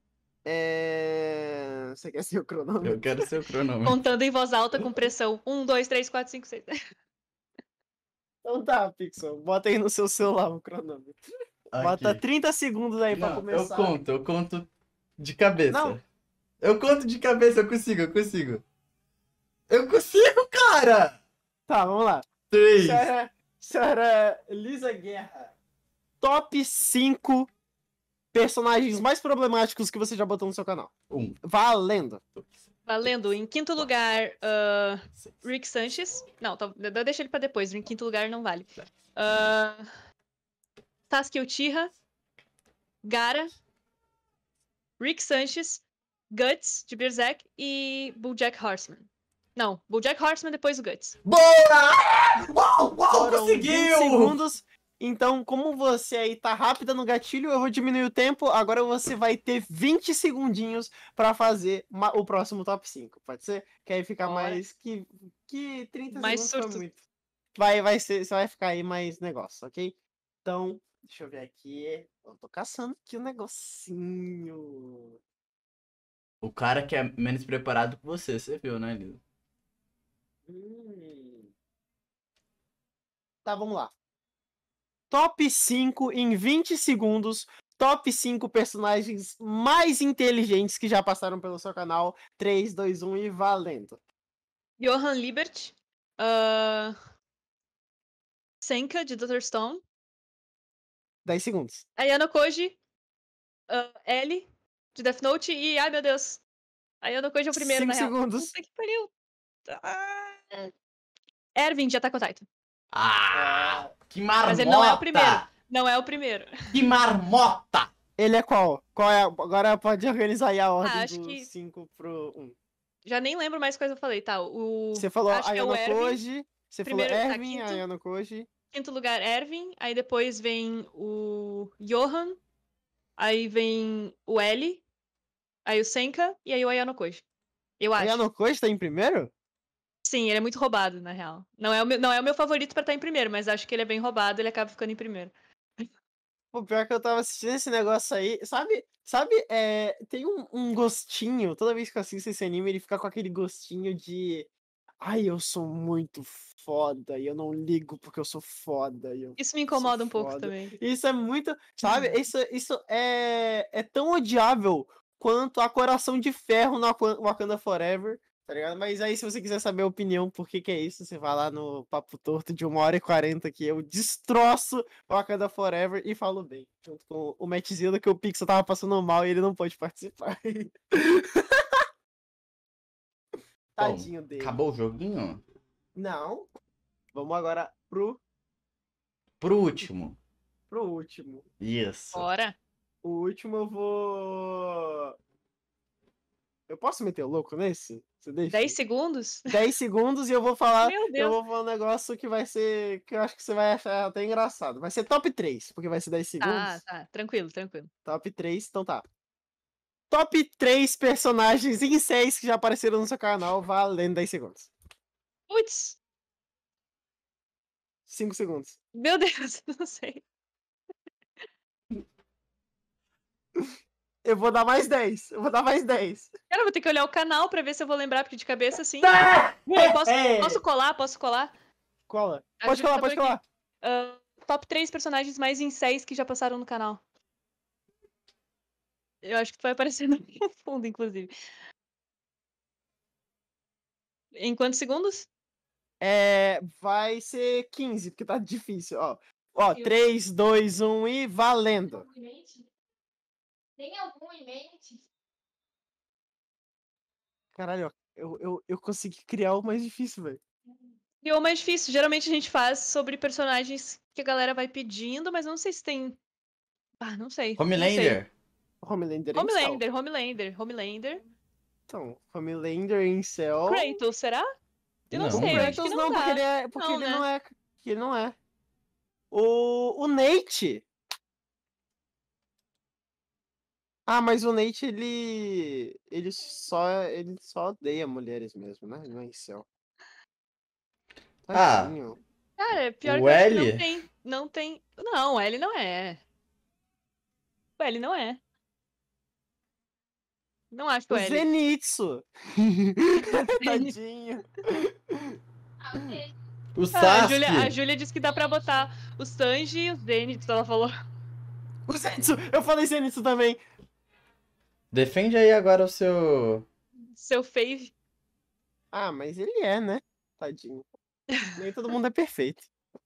é. Você quer ser o cronômetro? Eu quero ser o cronômetro. Contando em voz alta com pressão. Um, dois, três, quatro, cinco, seis. Então tá, Pixel. Bota aí no seu celular o cronômetro. Bota Aqui. trinta segundos aí pra Não, começar. eu conto, eu conto de cabeça. Não. Eu conto de cabeça, eu consigo, eu consigo. Eu consigo, cara! Tá, vamos lá. Três. Senhora, senhora Lisa Guerra. Top cinco personagens mais problemáticos que você já botou no seu canal. Um. Valendo. Valendo. Em quinto lugar, ah, Seis. Rick Sanchez. Não, tá, d- deixa ele pra depois. Em quinto lugar não vale. Ah, Sasuke Uchiha. Gara. Rick Sanchez. Guts, de Berserk. E Bojack Horseman. Não, Bojack Horseman depois o Guts. Boa! Uau, uau, Foram vinte conseguiu! segundos. Então, como você aí tá rápida no gatilho, eu vou diminuir o tempo. Agora você vai ter vinte segundinhos pra fazer ma- o próximo top cinco. Pode ser? Que aí fica Bora. mais que, que trinta Mais segundos surto. foi muito. Vai, vai ser, você vai ficar aí mais negócio, ok? Então, deixa eu ver aqui. Eu tô caçando aqui o negocinho. O cara que é menos preparado que você, você viu, né, Lilo? Hum. Tá, vamos lá. Top cinco em vinte segundos. Top cinco personagens mais inteligentes que já passaram pelo seu canal. três, dois, um e valendo. Johan Liebert. ah, Senka, de doutor Stone. dez segundos. Ayano Koji. ah, Ellie, de Death Note. E, ai meu Deus. Ayano Koji é o primeiro, cinco na real. segundos. Puta que pariu. Ah. Erwin, de Attack on Titan. Ah, que marmota! Mas ele não é o primeiro. Não é o primeiro. Que marmota! Ele é qual? Qual é? a- Agora pode organizar aí a ordem acho do que- cinco pro um. Já nem lembro mais quais eu falei, tá? O... Você falou acho que é o Ayano Erwin. Koji. Você falou Primeiro, tá, Erwin, quinto. Ayano Koji. Quinto lugar, Erwin. Aí depois vem o Johan. Aí vem o L. Aí o Senka. E aí o Ayano Koji. Eu acho. Ayano Koji tá em primeiro? Sim, ele é muito roubado, na real. Não é o meu, não é o meu favorito pra estar em primeiro, mas acho que ele é bem roubado, ele acaba ficando em primeiro. Pô, pior que eu tava assistindo esse negócio aí. Sabe, sabe, é, tem um, um gostinho. Toda vez que eu assisto esse anime, ele fica com aquele gostinho de. Ai, eu sou muito foda e eu não ligo porque eu sou foda. E eu Isso me sou incomoda um pouco foda. também. Isso é muito. Sabe, isso, isso é, é tão odiável quanto a Coração de Ferro no Waka- Wakanda Forever. Tá ligado? Mas aí, se você quiser saber a opinião por que que é isso, você vai lá no Papo Torto de uma hora e quarenta que eu destroço Wakanda Forever e falo bem. Junto com o Mattzilla, que o Pixel tava passando mal e ele não pode participar. Tadinho dele. Acabou o joguinho? Não. Vamos agora pro, Pro último. pro último. Isso. Bora. O último eu vou. Eu posso meter o louco nesse? Você deixa? dez segundos? dez segundos e eu vou falar. Meu Eu Deus. vou falar um negócio que vai ser. Que eu acho que você vai achar até engraçado. Vai ser top três, porque vai ser dez segundos. Ah, tá. Tranquilo, tranquilo. Top três, então tá. Top três personagens em seis que já apareceram no seu canal, valendo dez segundos. Putz, cinco segundos. meu Deus, não sei. Eu vou dar mais dez. Eu vou dar mais dez. Cara, eu vou ter que olhar o canal pra ver se eu vou lembrar, porque de cabeça sim. Tá! Peraí, posso, É. posso colar? Posso colar? Cola. A Pode gente colar, tá pode por aqui. colar. Ah, top três personagens mais em seis que já passaram no canal. Eu acho que tu vai aparecer no fundo, inclusive. Em quantos segundos? É, vai ser quinze, porque tá difícil, ó. Ó, Eu- três, dois, um e valendo. Algum em mente? Tem algum em mente? Caralho, ó, eu, eu, eu consegui criar o mais difícil, velho. E o mais difícil, geralmente a gente faz sobre personagens que a galera vai pedindo, mas eu não sei se tem Ah, não sei. não sei. Homelander. Homelander em céu. Homelander, Homelander, Homelander. Então, Homelander em céu. Kratos, será? Eu não, Não, sei, eu acho Kratos que não, não, porque dá. ele é. Porque Não, ele né? não é. Porque ele não é. O, o Nate. Ah, mas o Nate, ele. Ele só. Ele só odeia mulheres mesmo, né? Não é em céu. Ah. Tadinho. Cara, pior O que eu acho que L? não tem. Não tem. Não, o L não é. O L não é. Não acho que O o L. Zenitsu. Tadinho. Ah, o Zenitsu. O Ah, a Júlia, a Sasuke. Júlia disse que dá pra botar o Sanji e o Zenitsu, ela falou. O Zenitsu. Eu falei Zenitsu também. Defende aí agora o seu... Seu fave. Ah, mas ele é, né? Tadinho. Nem todo mundo é perfeito.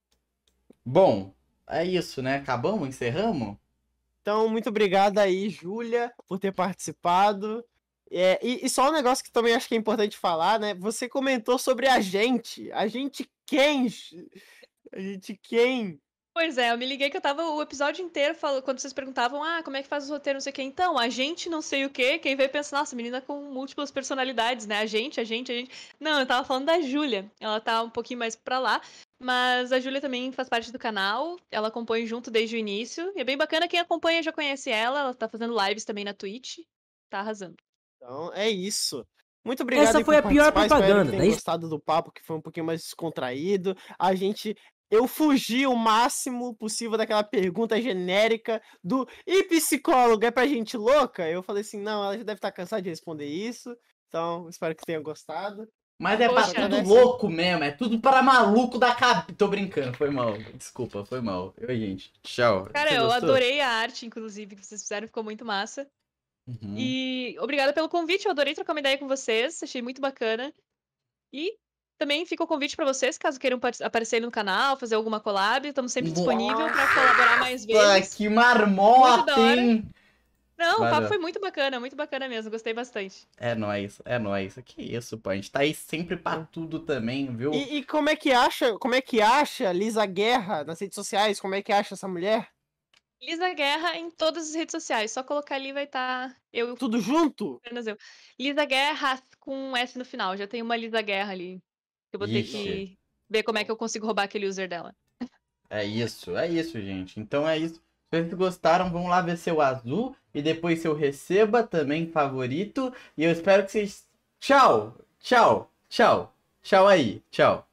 Bom, é isso, né? Acabamos? Encerramos? Então, muito obrigado aí, Júlia, por ter participado. É, e, e só um negócio que também acho que é importante falar, né? Você comentou sobre a gente. A gente quem? A gente quem? Pois é, eu me liguei que eu tava o episódio inteiro falando, quando vocês perguntavam, ah, como é que faz os roteiros, não sei o quê. Então, a gente não sei o quê, quem veio pensar, nossa, menina com múltiplas personalidades, né? A gente, a gente, a gente. Não, eu tava falando da Júlia. Ela tá um pouquinho mais pra lá, mas a Júlia também faz parte do canal, ela acompanha junto desde o início. E é bem bacana, quem acompanha já conhece ela, ela tá fazendo lives também na Twitch. Tá arrasando. Então, é isso. Muito obrigado Essa aí foi por a pior participar. Espero propaganda, que né? tenham gostado do papo, que foi um pouquinho mais descontraído. A gente... Eu fugi o máximo possível daquela pergunta genérica do e psicólogo é pra gente louca? Eu falei assim, não, ela já deve estar cansada de responder isso. Então, espero que tenham gostado. Mas é pra Poxa, tudo né? louco mesmo, é tudo para maluco da cabeça. Tô brincando, foi mal. Desculpa, foi mal. Oi, gente. Tchau. Cara, Você eu gostou? adorei a arte, inclusive, que vocês fizeram, ficou muito massa. Uhum. E obrigada pelo convite, eu adorei trocar uma ideia com vocês, achei muito bacana. E também fica o convite pra vocês, caso queiram par- aparecer no canal, fazer alguma collab, estamos sempre disponível pra colaborar mais Nossa, vezes. que Muito marmota, da hora. hein? Não, o Valeu. papo foi muito bacana, muito bacana mesmo, gostei bastante. É nóis, é nóis. Que isso, pô. A gente tá aí sempre pra tudo também, viu? E, e como é que acha, como é que acha Lisa Guerra nas redes sociais? Como é que acha essa mulher? Lisa Guerra em todas as redes sociais, só colocar ali vai estar eu, Tudo junto? apenas eu. Lisa Guerra com um S no final, já tem uma Lisa Guerra ali. Eu vou ter Ixi. que ver como é que eu consigo roubar aquele user dela. É isso, é isso, gente. Então é isso. Se vocês gostaram, vão lá ver seu azul e depois seu receba também favorito. E eu espero que vocês. Tchau, tchau, tchau, tchau aí, tchau.